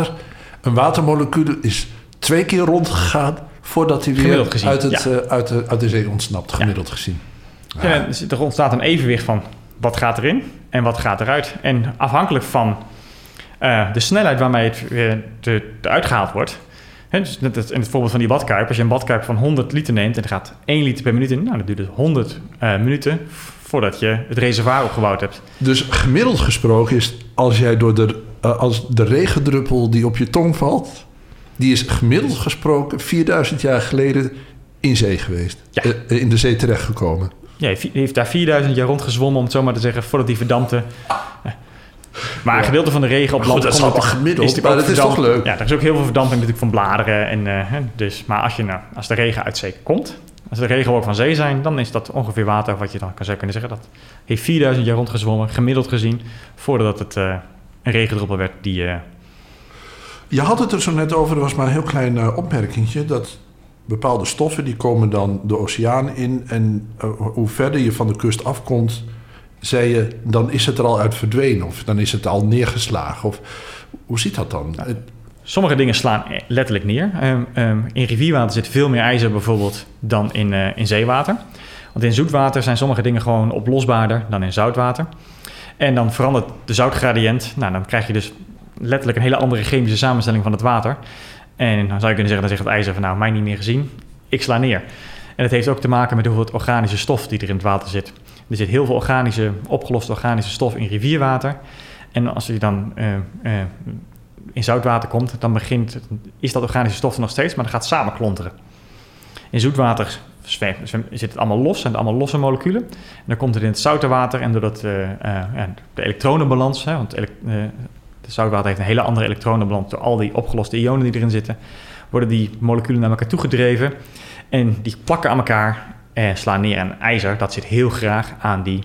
een watermolecuul is 2 keer rondgegaan voordat hij weer uit de zee ontsnapt, gemiddeld gezien. Ja, dus er ontstaat een evenwicht van wat gaat erin en wat gaat eruit. En afhankelijk van de snelheid waarmee het uitgehaald wordt. Dus in het voorbeeld van die badkuip. Als je een badkuip van 100 liter neemt en er gaat 1 liter per minuut in. Nou, dan duurt het 100 minuten voordat je het reservoir opgebouwd hebt. Dus gemiddeld gesproken is als jij als de regendruppel die op je tong valt... die is gemiddeld gesproken 4000 jaar geleden in zee geweest. Ja. In de zee terechtgekomen. Ja, hij heeft daar 4000 jaar rondgezwommen, om het zo maar te zeggen, voordat hij verdampte. Maar een gedeelte van de regen op land... dat is allemaal gemiddeld, maar dat is toch leuk. Ja, er is ook heel veel verdamping natuurlijk van bladeren. Maar als de regen uit zee komt, als de regenwolken van zee zijn... dan is dat ongeveer water wat je dan zou kunnen zeggen. Dat heeft 4000 jaar rondgezwommen, gemiddeld gezien... voordat het een regendruppel werd die... Je had het er zo net over, er was maar een heel klein opmerkingje... dat bepaalde stoffen die komen dan de oceaan in... en hoe verder je van de kust afkomt... zei je, dan is het er al uit verdwenen... of dan is het al neergeslagen. Of, hoe zit dat dan? Sommige dingen slaan letterlijk neer. In rivierwater zit veel meer ijzer bijvoorbeeld... dan in zeewater. Want in zoetwater zijn sommige dingen gewoon oplosbaarder... dan in zoutwater. En dan verandert de zoutgradiënt. Nou, dan krijg je dus letterlijk een hele andere chemische samenstelling van het water. En dan zou je kunnen zeggen, dan zegt het ijzer van nou, mij niet meer gezien, ik sla neer. En dat heeft ook te maken met hoeveel organische stof die er in het water zit. Er zit heel veel opgeloste organische stof in rivierwater. En als je dan in zoutwater komt, dan is dat organische stof er nog steeds, maar dat gaat samen klonteren. In zoetwater zit het allemaal los, zijn het allemaal losse moleculen. En dan komt het in het zoute water en doordat de elektronenbalans, want het zoutwater heeft een hele andere elektronenbalans door al die opgeloste ionen die erin zitten, worden die moleculen naar elkaar toegedreven en die plakken aan elkaar en slaan neer. En ijzer, dat zit heel graag aan die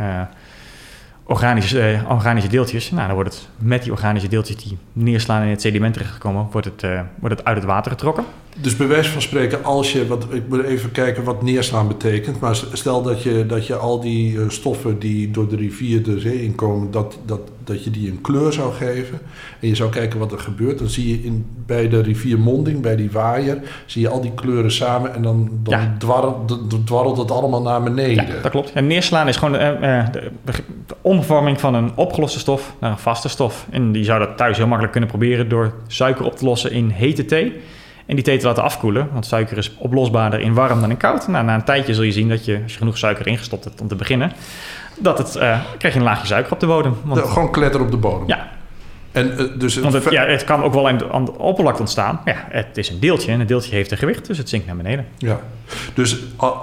organische deeltjes. Nou, dan wordt het met die organische deeltjes die neerslaan in het sediment terechtgekomen, wordt het uit het water getrokken. Dus bij wijze van spreken, ik moet even kijken wat neerslaan betekent, maar stel dat je al die stoffen die door de rivier de zee inkomen, dat je die een kleur zou geven en je zou kijken wat er gebeurt, dan zie je bij de riviermonding, bij die waaier, zie je al die kleuren samen en dan dwarrelt het allemaal naar beneden. Ja, dat klopt. En neerslaan is gewoon de omvorming van een opgeloste stof naar een vaste stof. En die zou dat thuis heel makkelijk kunnen proberen door suiker op te lossen in hete thee. En die thee te laten afkoelen, want suiker is oplosbaarder in warm dan in koud. Nou, na een tijdje zul je zien dat je, als je genoeg suiker ingestopt hebt om te beginnen, krijg je een laagje suiker op de bodem. Gewoon kletter op de bodem? Ja. Want het kan ook wel aan de oppervlakte ontstaan. Ja, het is een deeltje en een deeltje heeft een gewicht, dus het zinkt naar beneden. Ja, dus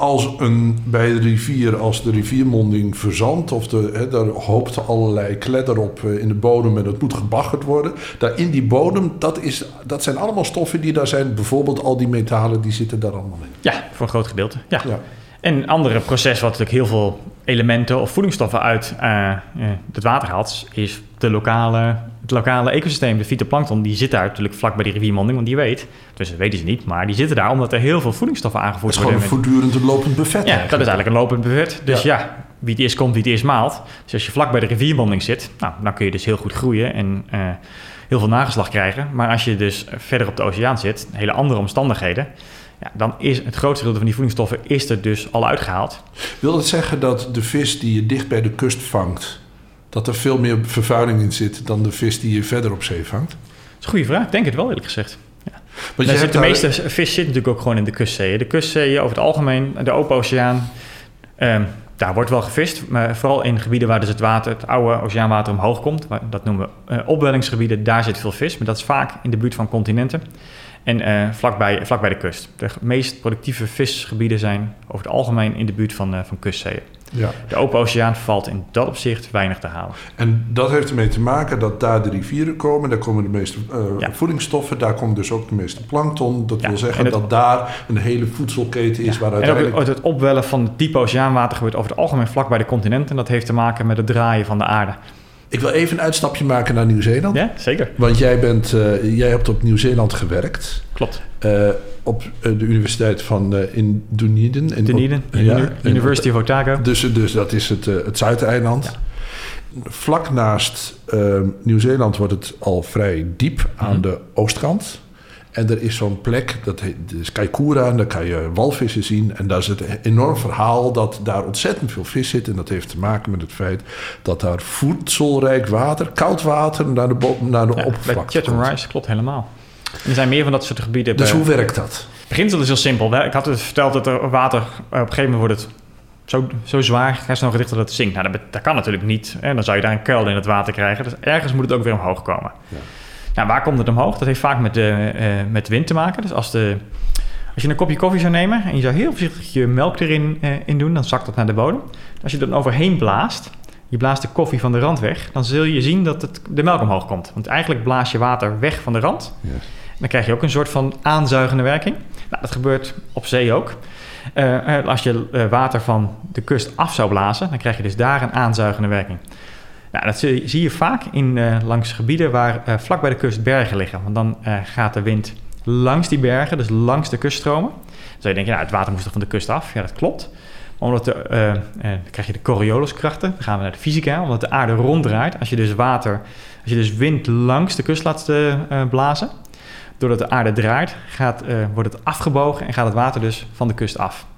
bij de rivier, als de riviermonding verzandt of daar hoopt allerlei kledder op in de bodem en dat moet gebaggerd worden. Daar in die bodem, dat zijn allemaal stoffen die daar zijn. Bijvoorbeeld al die metalen, die zitten daar allemaal in. Ja, voor een groot gedeelte. Ja. En een andere proces wat natuurlijk heel veel elementen of voedingsstoffen uit het water haalt, is het lokale ecosysteem. De fytoplankton, die zit daar natuurlijk vlak bij die riviermonding, want die weet, dus dat weten ze niet, maar die zitten daar omdat er heel veel voedingsstoffen aangevoerd worden. Het is gewoon voortdurend een lopend buffet. Ja, dat is eigenlijk een lopend buffet. Dus wie het eerst komt, wie het eerst maalt. Dus als je vlak bij de riviermonding zit, nou, dan kun je dus heel goed groeien en heel veel nageslag krijgen. Maar als je dus verder op de oceaan zit, hele andere omstandigheden, ja, dan is het grootste gedeelte van die voedingsstoffen is er dus al uitgehaald. Wil dat zeggen dat de vis die je dicht bij de kust vangt, dat er veel meer vervuiling in zit dan de vis die je verder op zee vangt? Dat is een goede vraag. Ik denk het wel, eerlijk gezegd. Ja. De meeste vis zit natuurlijk ook gewoon in de kustzeeën. De kustzeeën over het algemeen, de open oceaan, daar wordt wel gevist. Maar vooral in gebieden waar dus het oude oceaanwater omhoog komt. Dat noemen we opwellingsgebieden. Daar zit veel vis, maar dat is vaak in de buurt van continenten. En vlakbij de kust. De meest productieve visgebieden zijn over het algemeen in de buurt van kustzeeën. Ja. De open oceaan valt in dat opzicht weinig te halen. En dat heeft ermee te maken dat daar de rivieren komen. Daar komen de meeste voedingsstoffen. Daar komt dus ook de meeste plankton. Dat wil zeggen dat daar een hele voedselketen is. Waar uiteindelijk... En ook het opwellen van het diepe oceaanwater gebeurt over het algemeen vlak bij de continenten. En dat heeft te maken met het draaien van de aarde. Ik wil even een uitstapje maken naar Nieuw-Zeeland. Ja, zeker. Want jij hebt op Nieuw-Zeeland gewerkt. Klopt. Op de universiteit van in Dunedin. University of Otago. Dus dat is het Zuideiland. Ja. Vlak naast Nieuw-Zeeland wordt het al vrij diep aan de oostkant. En er is zo'n plek, dat is Kaikoura, en daar kan je walvissen zien. En daar is het enorm verhaal dat daar ontzettend veel vis zit. En dat heeft te maken met het feit dat daar voedselrijk water, koud water, naar de oppervlakte bij Chatham Rise, klopt helemaal. En er zijn meer van dat soort gebieden. Dus hoe werkt dat? Het beginsel is heel simpel. Ik had het verteld dat er water, op een gegeven moment wordt het zo zwaar, gedicht dat het zinkt. Nou, dat kan natuurlijk niet. Dan zou je daar een kuil in het water krijgen. Dus ergens moet het ook weer omhoog komen. Ja. Nou, waar komt het omhoog? Dat heeft vaak met wind te maken. Dus als je een kopje koffie zou nemen en je zou heel voorzichtig je melk erin doen, dan zakt dat naar de bodem. Als je er dan overheen blaast, je blaast de koffie van de rand weg, dan zul je zien dat de melk omhoog komt. Want eigenlijk blaas je water weg van de rand. Yes. Dan krijg je ook een soort van aanzuigende werking. Nou, dat gebeurt op zee ook. Als je water van de kust af zou blazen, dan krijg je dus daar een aanzuigende werking. Nou, dat zie je vaak langs gebieden waar vlak bij de kust bergen liggen. Want dan gaat de wind langs die bergen, dus langs de kust stromen. Dan zou je denken, het water moest toch van de kust af? Ja, dat klopt. Dan krijg je de Corioliskrachten. Dan gaan we naar de fysica, omdat de aarde ronddraait. Als je dus wind langs de kust laat blazen, doordat de aarde draait, wordt het afgebogen en gaat het water dus van de kust af.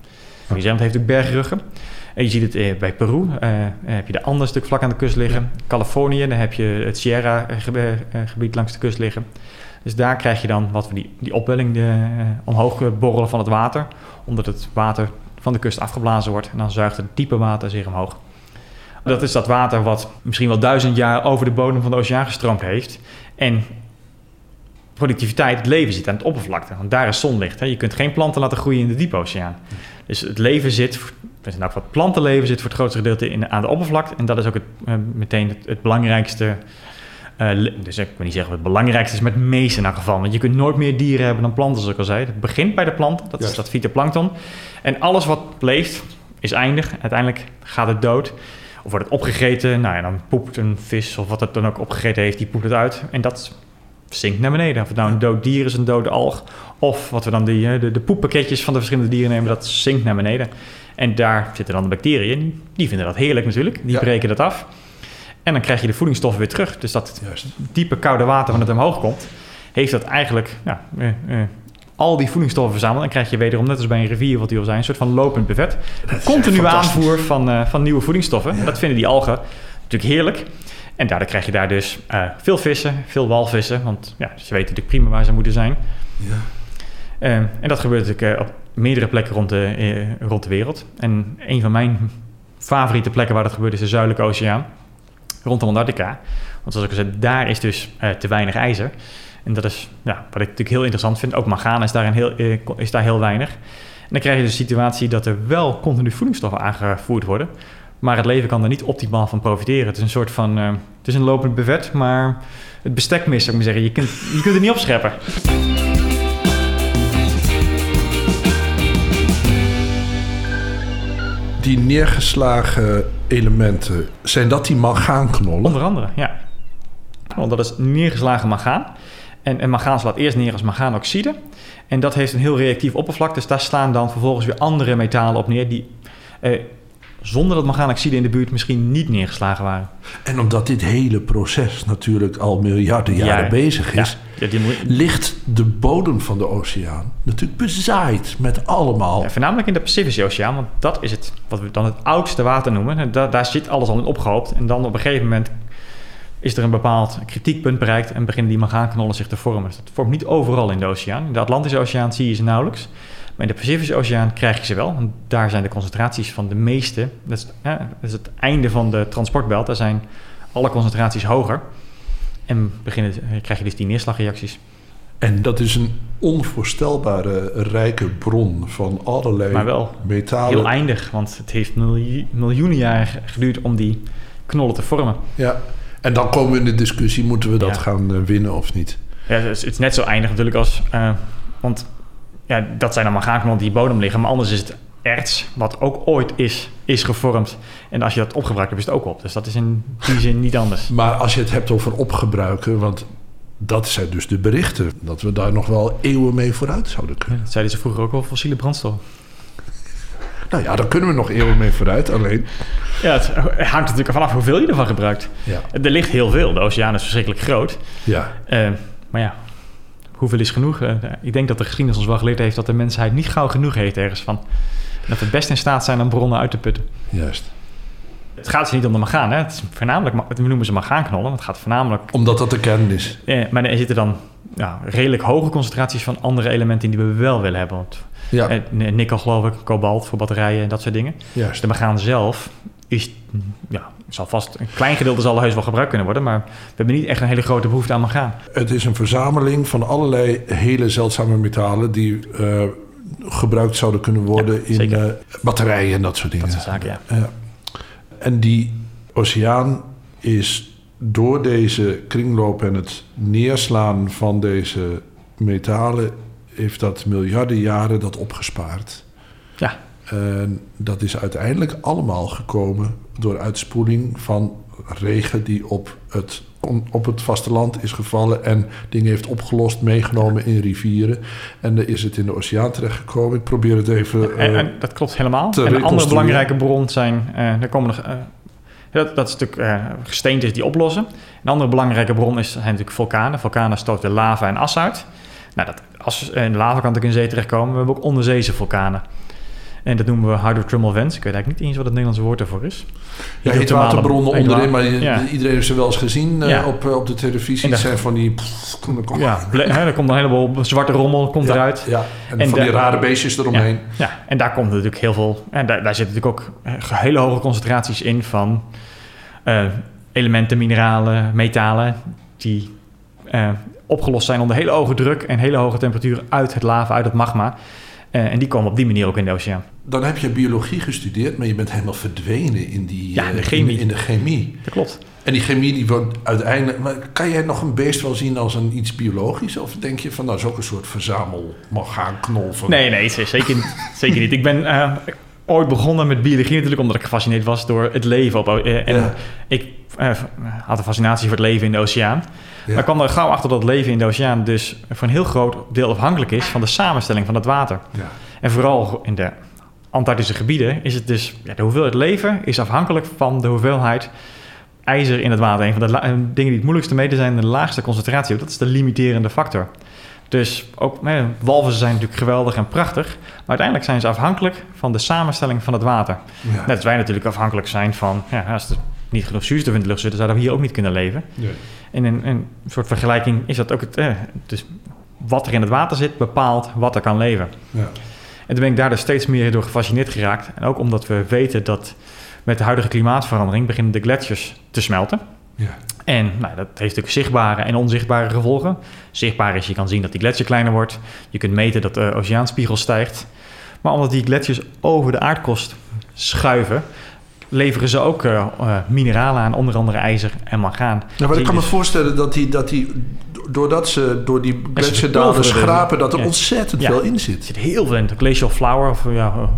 Nieuw-Zeeland heeft natuurlijk bergruggen. En je ziet het bij Peru, heb je de Andes stuk vlak aan de kust liggen. Californië, dan heb je het Sierra-gebied langs de kust liggen. Dus daar krijg je dan wat we die opwelling omhoog borrelen van het water. Omdat het water van de kust afgeblazen wordt. En dan zuigt het diepe water zich omhoog. Dat is dat water wat misschien wel 1000 jaar over de bodem van de oceaan gestroomd heeft. En productiviteit, het leven zit aan het oppervlakte. Want daar is zonlicht. Hè. Je kunt geen planten laten groeien in de diepe oceaan. Dus het leven zit, wat plantenleven zit voor het grootste gedeelte aan de oppervlakte. En dat is ook meteen het belangrijkste. Dus ik wil niet zeggen wat het belangrijkste is, maar het meeste in elk geval. Want je kunt nooit meer dieren hebben dan planten, zoals ik al zei. Het begint bij de planten, dat is dat fytoplankton. En alles wat leeft, is eindig. Uiteindelijk gaat het dood. Of wordt het opgegeten. Nou ja, dan poept een vis of wat het dan ook opgegeten heeft, die poept het uit. En dat zinkt naar beneden. Of het nou een dood dier is, een dode alg. Of wat we dan de poeppakketjes van de verschillende dieren nemen, dat zinkt naar beneden. En daar zitten dan de bacteriën. Die vinden dat heerlijk natuurlijk. Die breken dat af. En dan krijg je de voedingsstoffen weer terug. Dus dat diepe koude water van het omhoog komt, heeft dat eigenlijk al die voedingsstoffen verzameld. En krijg je wederom, net als bij een rivier wat die al zijn, een soort van lopend buffet. Continue aanvoer van nieuwe voedingsstoffen. Ja. Dat vinden die algen natuurlijk heerlijk. En daardoor krijg je daar dus veel vissen, veel walvissen. Want ze weten natuurlijk prima waar ze moeten zijn. Ja. En dat gebeurt natuurlijk op meerdere plekken rond de wereld. En een van mijn favoriete plekken waar dat gebeurt is de Zuidelijke Oceaan. Rondom Antarctica. Want zoals ik al zei, daar is dus te weinig ijzer. En dat is wat ik natuurlijk heel interessant vind. Ook mangaan is daar heel weinig. En dan krijg je dus de situatie dat er wel continu voedingsstoffen aangevoerd worden. Maar het leven kan er niet optimaal van profiteren. Het is een soort van, het is een lopend buffet, maar het bestek mist, zou ik maar zeggen. Je kunt het niet opscheppen. Die neergeslagen elementen, zijn dat die mangaanknollen? Onder andere, ja. Want dat is neergeslagen mangaan. En mangaan slaat eerst neer als mangaanoxide. En dat heeft een heel reactief oppervlak. Dus daar slaan dan vervolgens weer andere metalen op neer die zonder dat mangaanoxide in de buurt misschien niet neergeslagen waren. En omdat dit hele proces natuurlijk al miljarden jaren bezig is, ligt de bodem van de oceaan natuurlijk bezaaid met allemaal. Ja, voornamelijk in de Pacifische Oceaan, want dat is het wat we dan het oudste water noemen. En daar zit alles al in opgehoopt. En dan op een gegeven moment is er een bepaald kritiekpunt bereikt en beginnen die mangaanknollen zich te vormen. Dus dat vormt niet overal in de oceaan. In de Atlantische Oceaan zie je ze nauwelijks. Maar in de Pacifische Oceaan krijg je ze wel. Want daar zijn de concentraties van de meeste. Dat is het einde van de transportbelt. Daar zijn alle concentraties hoger. En krijg je dus die neerslagreacties. En dat is een onvoorstelbare rijke bron van allerlei maar wel metalen. Heel eindig, want het heeft miljoenen jaren geduurd om die knollen te vormen. Ja, en dan komen we in de discussie, moeten we dat gaan winnen of niet? Ja, het is net zo eindig natuurlijk als... want dat zijn dan mangaanknollen die in de bodem liggen. Maar anders is het erts, wat ook ooit is gevormd. En als je dat opgebruikt hebt, is het ook op. Dus dat is in die zin niet anders. Maar als je het hebt over opgebruiken, want dat zijn dus de berichten, dat we daar nog wel eeuwen mee vooruit zouden kunnen. Dat zeiden ze vroeger ook al, fossiele brandstof. Nou ja, daar kunnen we nog eeuwen mee vooruit, alleen... Ja, het hangt natuurlijk vanaf hoeveel je ervan gebruikt. Ja. Er ligt heel veel. De oceaan is verschrikkelijk groot. Ja. Maar ja, hoeveel is genoeg? Ik denk dat de geschiedenis ons wel geleerd heeft dat de mensheid niet gauw genoeg heeft ergens van. Dat we best in staat zijn om bronnen uit te putten. Juist. Het gaat dus niet om de mangaan. Hè? Het is voornamelijk, we noemen ze mangaanknollen. Het gaat voornamelijk... Omdat dat de kern is. Maar er zitten dan redelijk hoge concentraties van andere elementen die we wel willen hebben. Want, nikkel geloof ik, kobalt voor batterijen en dat soort dingen. Juist. De mangaan zelf is... zal vast een klein gedeelte zal heus wel gebruikt kunnen worden, maar we hebben niet echt een hele grote behoefte aan mangaan. Het is een verzameling van allerlei hele zeldzame metalen die gebruikt zouden kunnen worden in batterijen en dat soort dingen. Dat soort zaken, ja. En die oceaan is door deze kringloop en het neerslaan van deze metalen, heeft dat miljarden jaren dat opgespaard. Ja. En dat is uiteindelijk allemaal gekomen door uitspoeling van regen die op het vasteland is gevallen en dingen heeft opgelost, meegenomen in rivieren. En dan is het in de oceaan terechtgekomen. Ik probeer het even en dat klopt helemaal. En een andere belangrijke bron zijn... er komen nog, dat is natuurlijk gesteentes die oplossen. Een andere belangrijke bron zijn natuurlijk vulkanen. Vulkanen stoten lava en as uit. Nou, als de lava kan natuurlijk in zee terechtkomen. We hebben ook onderzeese vulkanen. En dat noemen we hydrothermal vents. Ik weet eigenlijk niet eens wat het Nederlandse woord ervoor is. Ja, heetwaterbronnen onderin, maar iedereen heeft ze wel eens gezien op de televisie. Het zijn van die... er komt een heleboel zwarte rommel eruit. Ja, en van die rare beestjes eromheen. Ja, en daar komt natuurlijk heel veel... En daar zitten natuurlijk ook hele hoge concentraties in van elementen, mineralen, metalen... die opgelost zijn onder hele hoge druk en hele hoge temperatuur uit het lava, uit het magma. En die komen op die manier ook in de oceaan. Dan heb je biologie gestudeerd, maar je bent helemaal verdwenen in die de chemie. In de chemie. Dat klopt. En die chemie die wordt uiteindelijk... Maar kan jij nog een beest wel zien als iets biologisch? Of denk je van, nou, is ook een soort verzamelmorgaanknol van... Nee, zeker niet. Ik ben ooit begonnen met biologie natuurlijk, omdat ik gefascineerd was door het leven. Ik had een fascinatie voor het leven in de oceaan. Ja. Maar ik kwam er gauw achter dat het leven in de oceaan dus voor een heel groot deel afhankelijk is van de samenstelling van het water. Ja. En vooral in de Antarctische gebieden is het dus... de hoeveelheid leven is afhankelijk van de hoeveelheid ijzer in het water. Een van de dingen die het moeilijkste meten zijn de laagste concentratie. Dat is de limiterende factor. Dus ook walvissen zijn natuurlijk geweldig en prachtig. Maar uiteindelijk zijn ze afhankelijk van de samenstelling van het water. Ja. Net als wij natuurlijk afhankelijk zijn van... als er niet genoeg zuurstof in de lucht zit, dan zouden we hier ook niet kunnen leven. Ja. En in een soort vergelijking is dat ook dus wat er in het water zit, bepaalt wat er kan leven. Ja. En toen ben ik daar dus steeds meer door gefascineerd geraakt. En ook omdat we weten dat met de huidige klimaatverandering beginnen de gletsjers te smelten. Ja. En dat heeft natuurlijk zichtbare en onzichtbare gevolgen. Zichtbaar is, je kan zien dat die gletsjer kleiner wordt. Je kunt meten dat de oceaanspiegel stijgt. Maar omdat die gletsjers over de aardkorst schuiven, leveren ze ook mineralen aan, onder andere ijzer en mangaan. Ja, maar ik kan me voorstellen dat die doordat ze door die gletsjerdalen schrapen, dat er ontzettend veel in zit. Er zit heel veel in. Glacial flower, of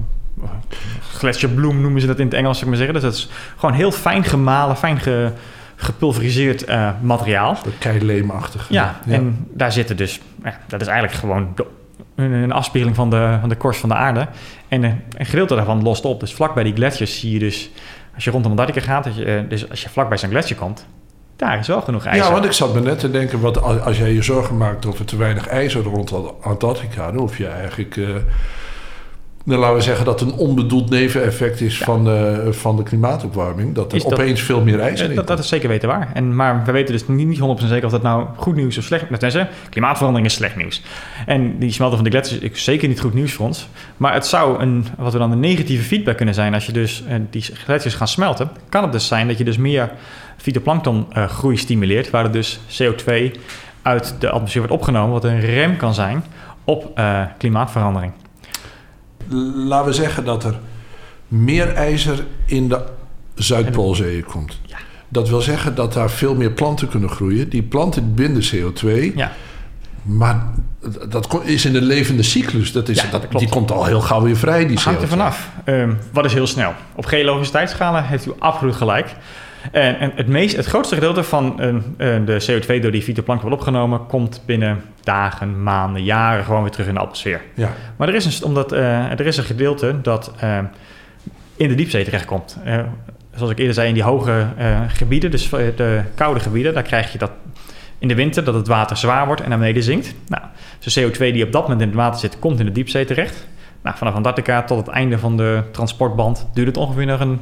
gletsjerbloem noemen ze dat in het Engels, zou ik maar zeggen. Dus dat is gewoon heel fijn gemalen, gepulveriseerd materiaal. Keileemachtig. Ja, en daar zitten dus... dat is eigenlijk gewoon een afspiegeling van de korst van de aarde. En een gedeelte daarvan lost op. Dus vlak bij die gletsjers zie je dus... Als je rondom Antarctica gaat, dus als je vlak bij zo'n gletsjer komt, daar is wel genoeg ijzer. Ja, want ik zat me net te denken, als jij je zorgen maakt over te weinig ijzer rond Antarctica, dan hoef je eigenlijk... Dan laten we zeggen dat een onbedoeld neveneffect is van de klimaatopwarming. Dat er opeens veel meer ijzer in komt. Dat is zeker weten waar. Maar we weten dus niet 100% zeker of dat nou goed nieuws of slecht nieuws is. Klimaatverandering is slecht nieuws. En die smelten van de gletsjers is zeker niet goed nieuws voor ons. Maar het zou wat we dan een negatieve feedback kunnen zijn. Als je dus die gletsjers gaan smelten, kan het dus zijn dat je dus meer fytoplanktongroei stimuleert. Waar er dus CO2 uit de atmosfeer wordt opgenomen. Wat een rem kan zijn op klimaatverandering. Laten we zeggen dat er meer ijzer in de Zuidpoolzee komt. Ja. Dat wil zeggen dat daar veel meer planten kunnen groeien. Die planten binden CO2. Ja. Maar dat is in de levende cyclus. Die komt al heel gauw weer vrij, die CO2. Hangt er vanaf. Wat is heel snel? Op geologische tijdschalen heeft u absoluut gelijk. En het grootste gedeelte van de CO2 door die fytoplankton wordt opgenomen, komt binnen dagen, maanden, jaren gewoon weer terug in de atmosfeer. Ja. Maar er is een gedeelte dat in de diepzee terechtkomt. Zoals ik eerder zei, in die hoge gebieden, dus de koude gebieden, daar krijg je dat in de winter dat het water zwaar wordt en naar beneden zinkt. Nou, dus CO2 die op dat moment in het water zit, komt in de diepzee terecht. Nou, vanaf Antarctica tot het einde van de transportband duurt het ongeveer nog een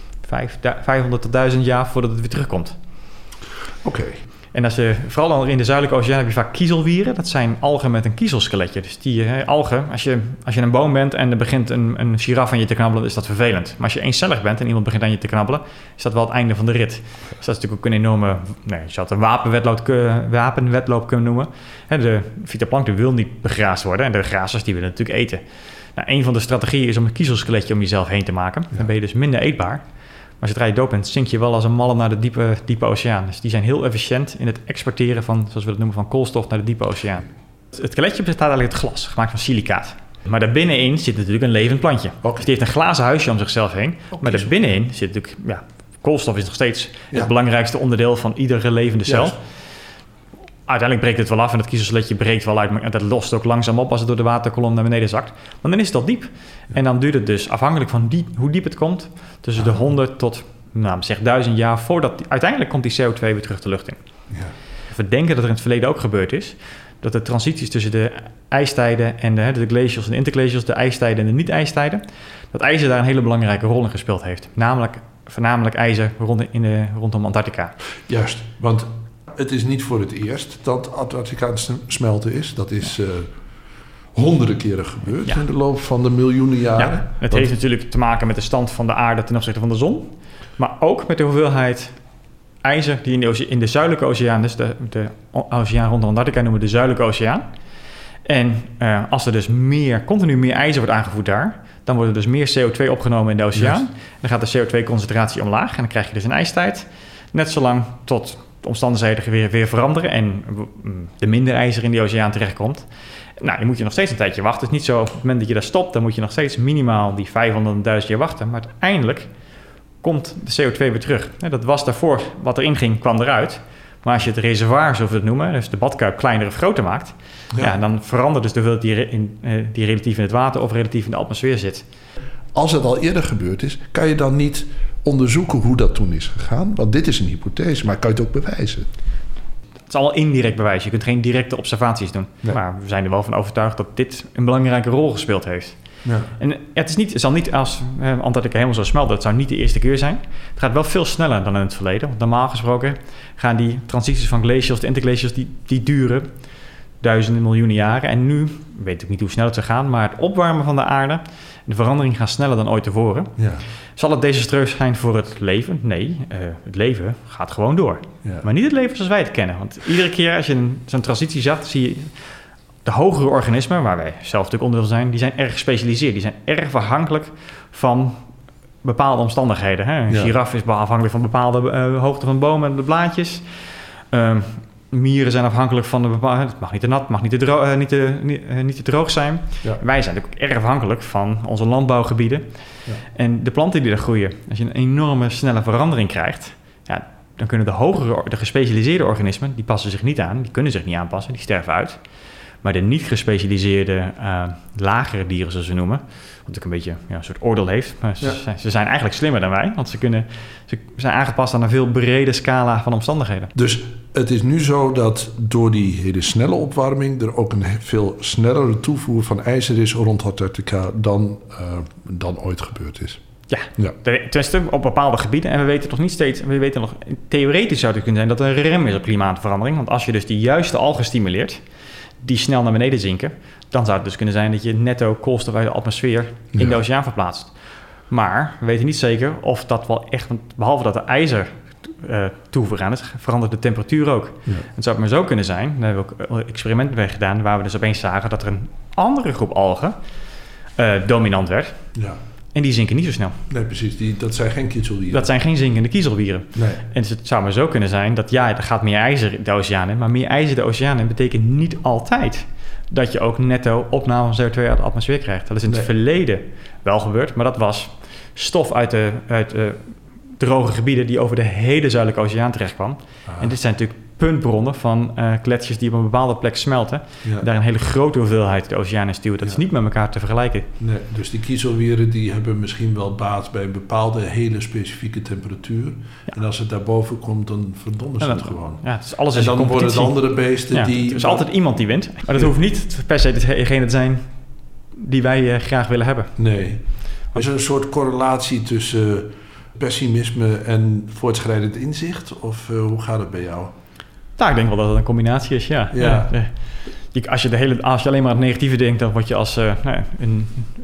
500 tot 1000 jaar voordat het weer terugkomt. Oké. En vooral in de Zuidelijke Oceaan heb je vaak kiezelwieren. Dat zijn algen met een kiezelskeletje. Dus die algen, als je een boom bent en er begint een giraf aan je te knabbelen, is dat vervelend. Maar als je eencellig bent en iemand begint aan je te knabbelen, is dat wel het einde van de rit. Dus dat is natuurlijk ook een enorme, je zou het een wapenwedloop kunnen noemen. De fytoplankton wil niet begraasd worden en de grazers die willen natuurlijk eten. Nou, een van de strategieën is om een kiezelskeletje om jezelf heen te maken. Dan ben je dus minder eetbaar. Maar zodra je dood bent, zink je wel als een malle naar de diepe oceaan. Dus die zijn heel efficiënt in het exporteren van, zoals we dat noemen, van koolstof naar de diepe oceaan. Het skeletje bestaat eigenlijk uit glas, gemaakt van silicaat. Maar daarbinnenin zit natuurlijk een levend plantje. Okay. Dus die heeft een glazen huisje om zichzelf heen. Maar daarbinnenin zit natuurlijk, koolstof is nog steeds het belangrijkste onderdeel van iedere levende cel. Yes. Uiteindelijk breekt het wel af en het kiezelsletje breekt wel uit. Maar dat lost ook langzaam op als het door de waterkolom naar beneden zakt. Maar dan is het al diep. En dan duurt het dus, afhankelijk van hoe diep het komt, tussen de 100 tot 1000 jaar voordat uiteindelijk komt die CO2 weer terug de lucht in. Ja. We denken dat er in het verleden ook gebeurd is. dat de transities tussen de ijstijden en de glacials en de interglacials, de ijstijden en de niet-ijstijden, dat ijzer daar een hele belangrijke rol in gespeeld heeft. Voornamelijk ijzer rondom Antarctica. Juist, want het is niet voor het eerst dat Antarctica aan het smelten is. Dat is honderden keren gebeurd in de loop van de miljoenen jaren. Ja, het heeft natuurlijk te maken met de stand van de aarde ten opzichte van de zon. Maar ook met de hoeveelheid ijzer die in de zuidelijke oceaan, dus de oceaan rondom Antarctica noemen we de zuidelijke oceaan. En als er dus continu meer ijzer wordt aangevoerd daar, dan wordt er dus meer CO2 opgenomen in de oceaan. Yes. Dan gaat de CO2-concentratie omlaag en dan krijg je dus een ijstijd. Net zolang tot de omstandigheden weer veranderen en de minder ijzer in die oceaan terechtkomt. Nou, je moet je nog steeds een tijdje wachten. Het is niet zo, op het moment dat je daar stopt, dan moet je nog steeds minimaal die 500.000 jaar wachten. Maar uiteindelijk komt de CO2 weer terug. Dat was daarvoor, wat erin ging, kwam eruit. Maar als je het reservoir, zoals we het noemen, dus de badkuip kleiner of groter maakt, dan verandert dus de hoeveelheid die relatief in het water of relatief in de atmosfeer zit. Als het al eerder gebeurd is, kan je dan niet onderzoeken hoe dat toen is gegaan? Want dit is een hypothese, maar kan je het ook bewijzen? Het is allemaal indirect bewijs. Je kunt geen directe observaties doen. Nee. Maar we zijn er wel van overtuigd dat dit een belangrijke rol gespeeld heeft. Ja. En het zal niet als Antarctica helemaal zo smelt, dat zou niet de eerste keer zijn. Het gaat wel veel sneller dan in het verleden. Want normaal gesproken gaan die transities van glacials, de interglacials, die duren duizenden, miljoenen jaren. En nu, weet ik niet hoe snel het zou gaan, maar het opwarmen van de aarde, de verandering gaat sneller dan ooit tevoren. Ja. Zal het desastreus zijn voor het leven? Nee, het leven gaat gewoon door. Ja. Maar niet het leven zoals wij het kennen. Want iedere keer als je zo'n transitie zag, zie je de hogere organismen, waar wij zelf natuurlijk onderdeel van zijn, die zijn erg gespecialiseerd. Die zijn erg afhankelijk van bepaalde omstandigheden. Hè? Een giraf is afhankelijk van bepaalde hoogte van bomen en de blaadjes. Mieren zijn afhankelijk van de bepaalde... Het mag niet te nat, mag niet te droog zijn. Ja. Wij zijn natuurlijk ook erg afhankelijk van onze landbouwgebieden. Ja. En de planten die er groeien, als je een enorme snelle verandering krijgt, dan kunnen de gespecialiseerde organismen, die passen zich niet aan, die kunnen zich niet aanpassen, die sterven uit. Maar de niet gespecialiseerde lagere dieren, zoals we noemen, wat ook een beetje een soort oordeel heeft, maar ze zijn eigenlijk slimmer dan wij, want ze zijn aangepast aan een veel brede scala van omstandigheden. Dus het is nu zo dat door die hele snelle opwarming er ook een veel snellere toevoer van ijzer is rond Antarctica dan ooit gebeurd is. Ja. Tenminste op bepaalde gebieden. En we weten nog theoretisch zou het kunnen zijn dat er een rem is op klimaatverandering. Want als je dus die juiste algen stimuleert, die snel naar beneden zinken, dan zou het dus kunnen zijn dat je netto koolstof uit de atmosfeer in de oceaan verplaatst. Maar we weten niet zeker of dat wel echt, behalve dat er ijzer toevoer aan is, verandert de temperatuur ook. Ja. Het zou maar zo kunnen zijn, daar hebben we ook experimenten bij gedaan, waar we dus opeens zagen dat er een andere groep algen dominant werd. Ja. En die zinken niet zo snel. Nee, precies. Dat zijn geen kiezelwieren. Dat zijn geen zinkende kiezelwieren. Nee. En dus het zou maar zo kunnen zijn dat er gaat meer ijzer de oceaan in. Maar meer ijzer de oceaan in betekent niet altijd dat je ook netto opname van CO2 uit de atmosfeer krijgt. Dat is in het verleden wel gebeurd. Maar dat was stof uit de droge gebieden die over de hele zuidelijke oceaan terechtkwam. Aha. En dit zijn natuurlijk puntbronnen van gletsjers die op een bepaalde plek smelten. Ja. Daar een hele grote hoeveelheid de oceaan in stuwen. Dat is niet met elkaar te vergelijken. Nee, dus die kiezelwieren die hebben misschien wel baat bij een bepaalde hele specifieke temperatuur. Ja. En als het daarboven komt, dan verdonderen ze het gewoon. Ja, dus alles en dan worden het andere beesten die... Er is altijd iemand die wint. Maar dat hoeft niet per se degene te zijn die wij graag willen hebben. Nee. Is er een soort correlatie tussen pessimisme en voortschrijdend inzicht? Of hoe gaat het bij jou? Nou, ik denk wel dat het een combinatie is, ja. Als je alleen maar aan het negatieve denkt, dan word je als een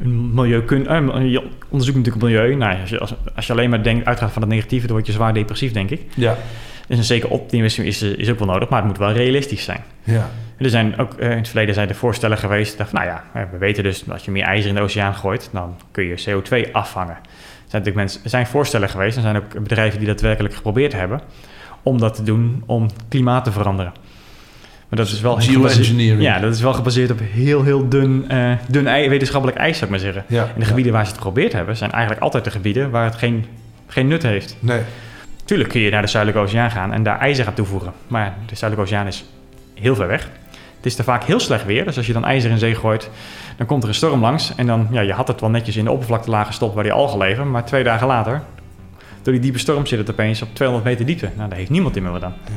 je onderzoekt natuurlijk het milieu. Nou, als je alleen maar uitgaat van het negatieve, dan word je zwaar depressief, denk ik. Ja. Dus een zeker optimisme is ook wel nodig, maar het moet wel realistisch zijn. Ja. Er zijn ook in het verleden zijn er voorstellen geweest dat we weten dus dat als je meer ijzer in de oceaan gooit, dan kun je CO2 afvangen. Er zijn voorstellen geweest, er zijn ook bedrijven die dat werkelijk geprobeerd hebben om dat te doen, om klimaat te veranderen. Maar dat is wel geoengineering. Ja, dat is wel gebaseerd op heel dun wetenschappelijk ijs, zou ik maar zeggen. Ja, en de gebieden waar ze het geprobeerd hebben, zijn eigenlijk altijd de gebieden waar het geen nut heeft. Nee. Tuurlijk kun je naar de Zuidelijke Oceaan gaan en daar ijzer gaan toevoegen. Maar de Zuidelijke Oceaan is heel ver weg. Het is er vaak heel slecht weer. Dus als je dan ijzer in zee gooit, dan komt er een storm langs. En dan, je had het wel netjes in de oppervlaktelaag gestopt waar die algen leven. Maar 2 dagen later, door die diepe storm zit het opeens op 200 meter diepte. Nou, daar heeft niemand in meer wat aan. Ja.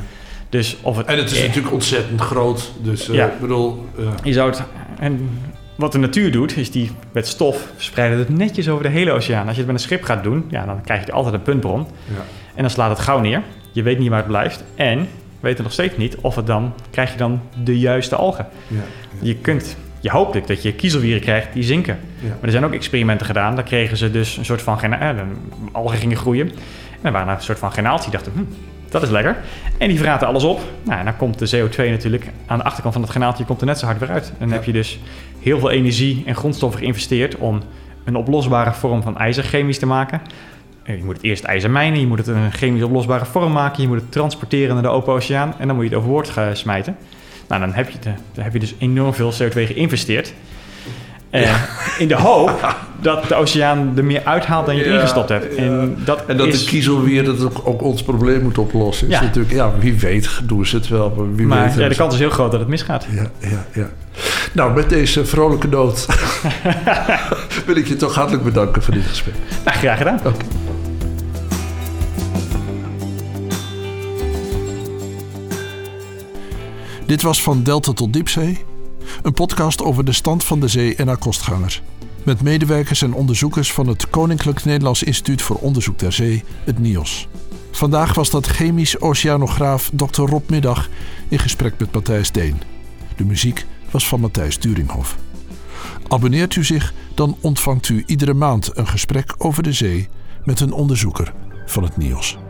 Dus en het is natuurlijk ontzettend groot. Dus ik bedoel... Je zou het... En wat de natuur doet, is die met stof verspreiden het netjes over de hele oceaan. Als je het met een schip gaat doen, dan krijg je altijd een puntbron. Ja. En dan slaat het gauw neer. Je weet niet waar het blijft. En we weten nog steeds niet of krijg je dan de juiste algen. Ja. Je hoopt dat je kiezelwieren krijgt die zinken. Ja. Maar er zijn ook experimenten gedaan. Daar kregen ze dus een soort van algen gingen groeien. En er waren een soort van garnaaltjes die dachten, dat is lekker. En die vraten alles op. Nou, en dan komt de CO2 natuurlijk aan de achterkant van het garnaaltje komt er net zo hard weer uit. En dan heb je dus heel veel energie en grondstoffen geïnvesteerd om een oplosbare vorm van ijzer chemisch te maken. Je moet het eerst ijzer mijnen, je moet het een chemisch oplosbare vorm maken, je moet het transporteren naar de open oceaan en dan moet je het overboord smijten. Nou, dan heb je dus enorm veel CO2 geïnvesteerd. In de hoop dat de oceaan er meer uithaalt dan je erin gestopt hebt. En dat de kiezelwier dat ook ons probleem moet oplossen. Is natuurlijk, wie weet doen ze het wel. Maar de kans is heel groot dat het misgaat. Ja. Nou, met deze vrolijke noot wil ik je toch hartelijk bedanken voor dit gesprek. Nou, graag gedaan. Okay. Dit was Van Delta tot Diepzee, een podcast over de stand van de zee en haar kostgangers. Met medewerkers en onderzoekers van het Koninklijk Nederlands Instituut voor Onderzoek der Zee, het NIOS. Vandaag was dat chemisch oceanograaf Dr. Rob Middag in gesprek met Matthijs Deen. De muziek was van Matthijs Duringhoff. Abonneert u zich, dan ontvangt u iedere maand een gesprek over de zee met een onderzoeker van het NIOS.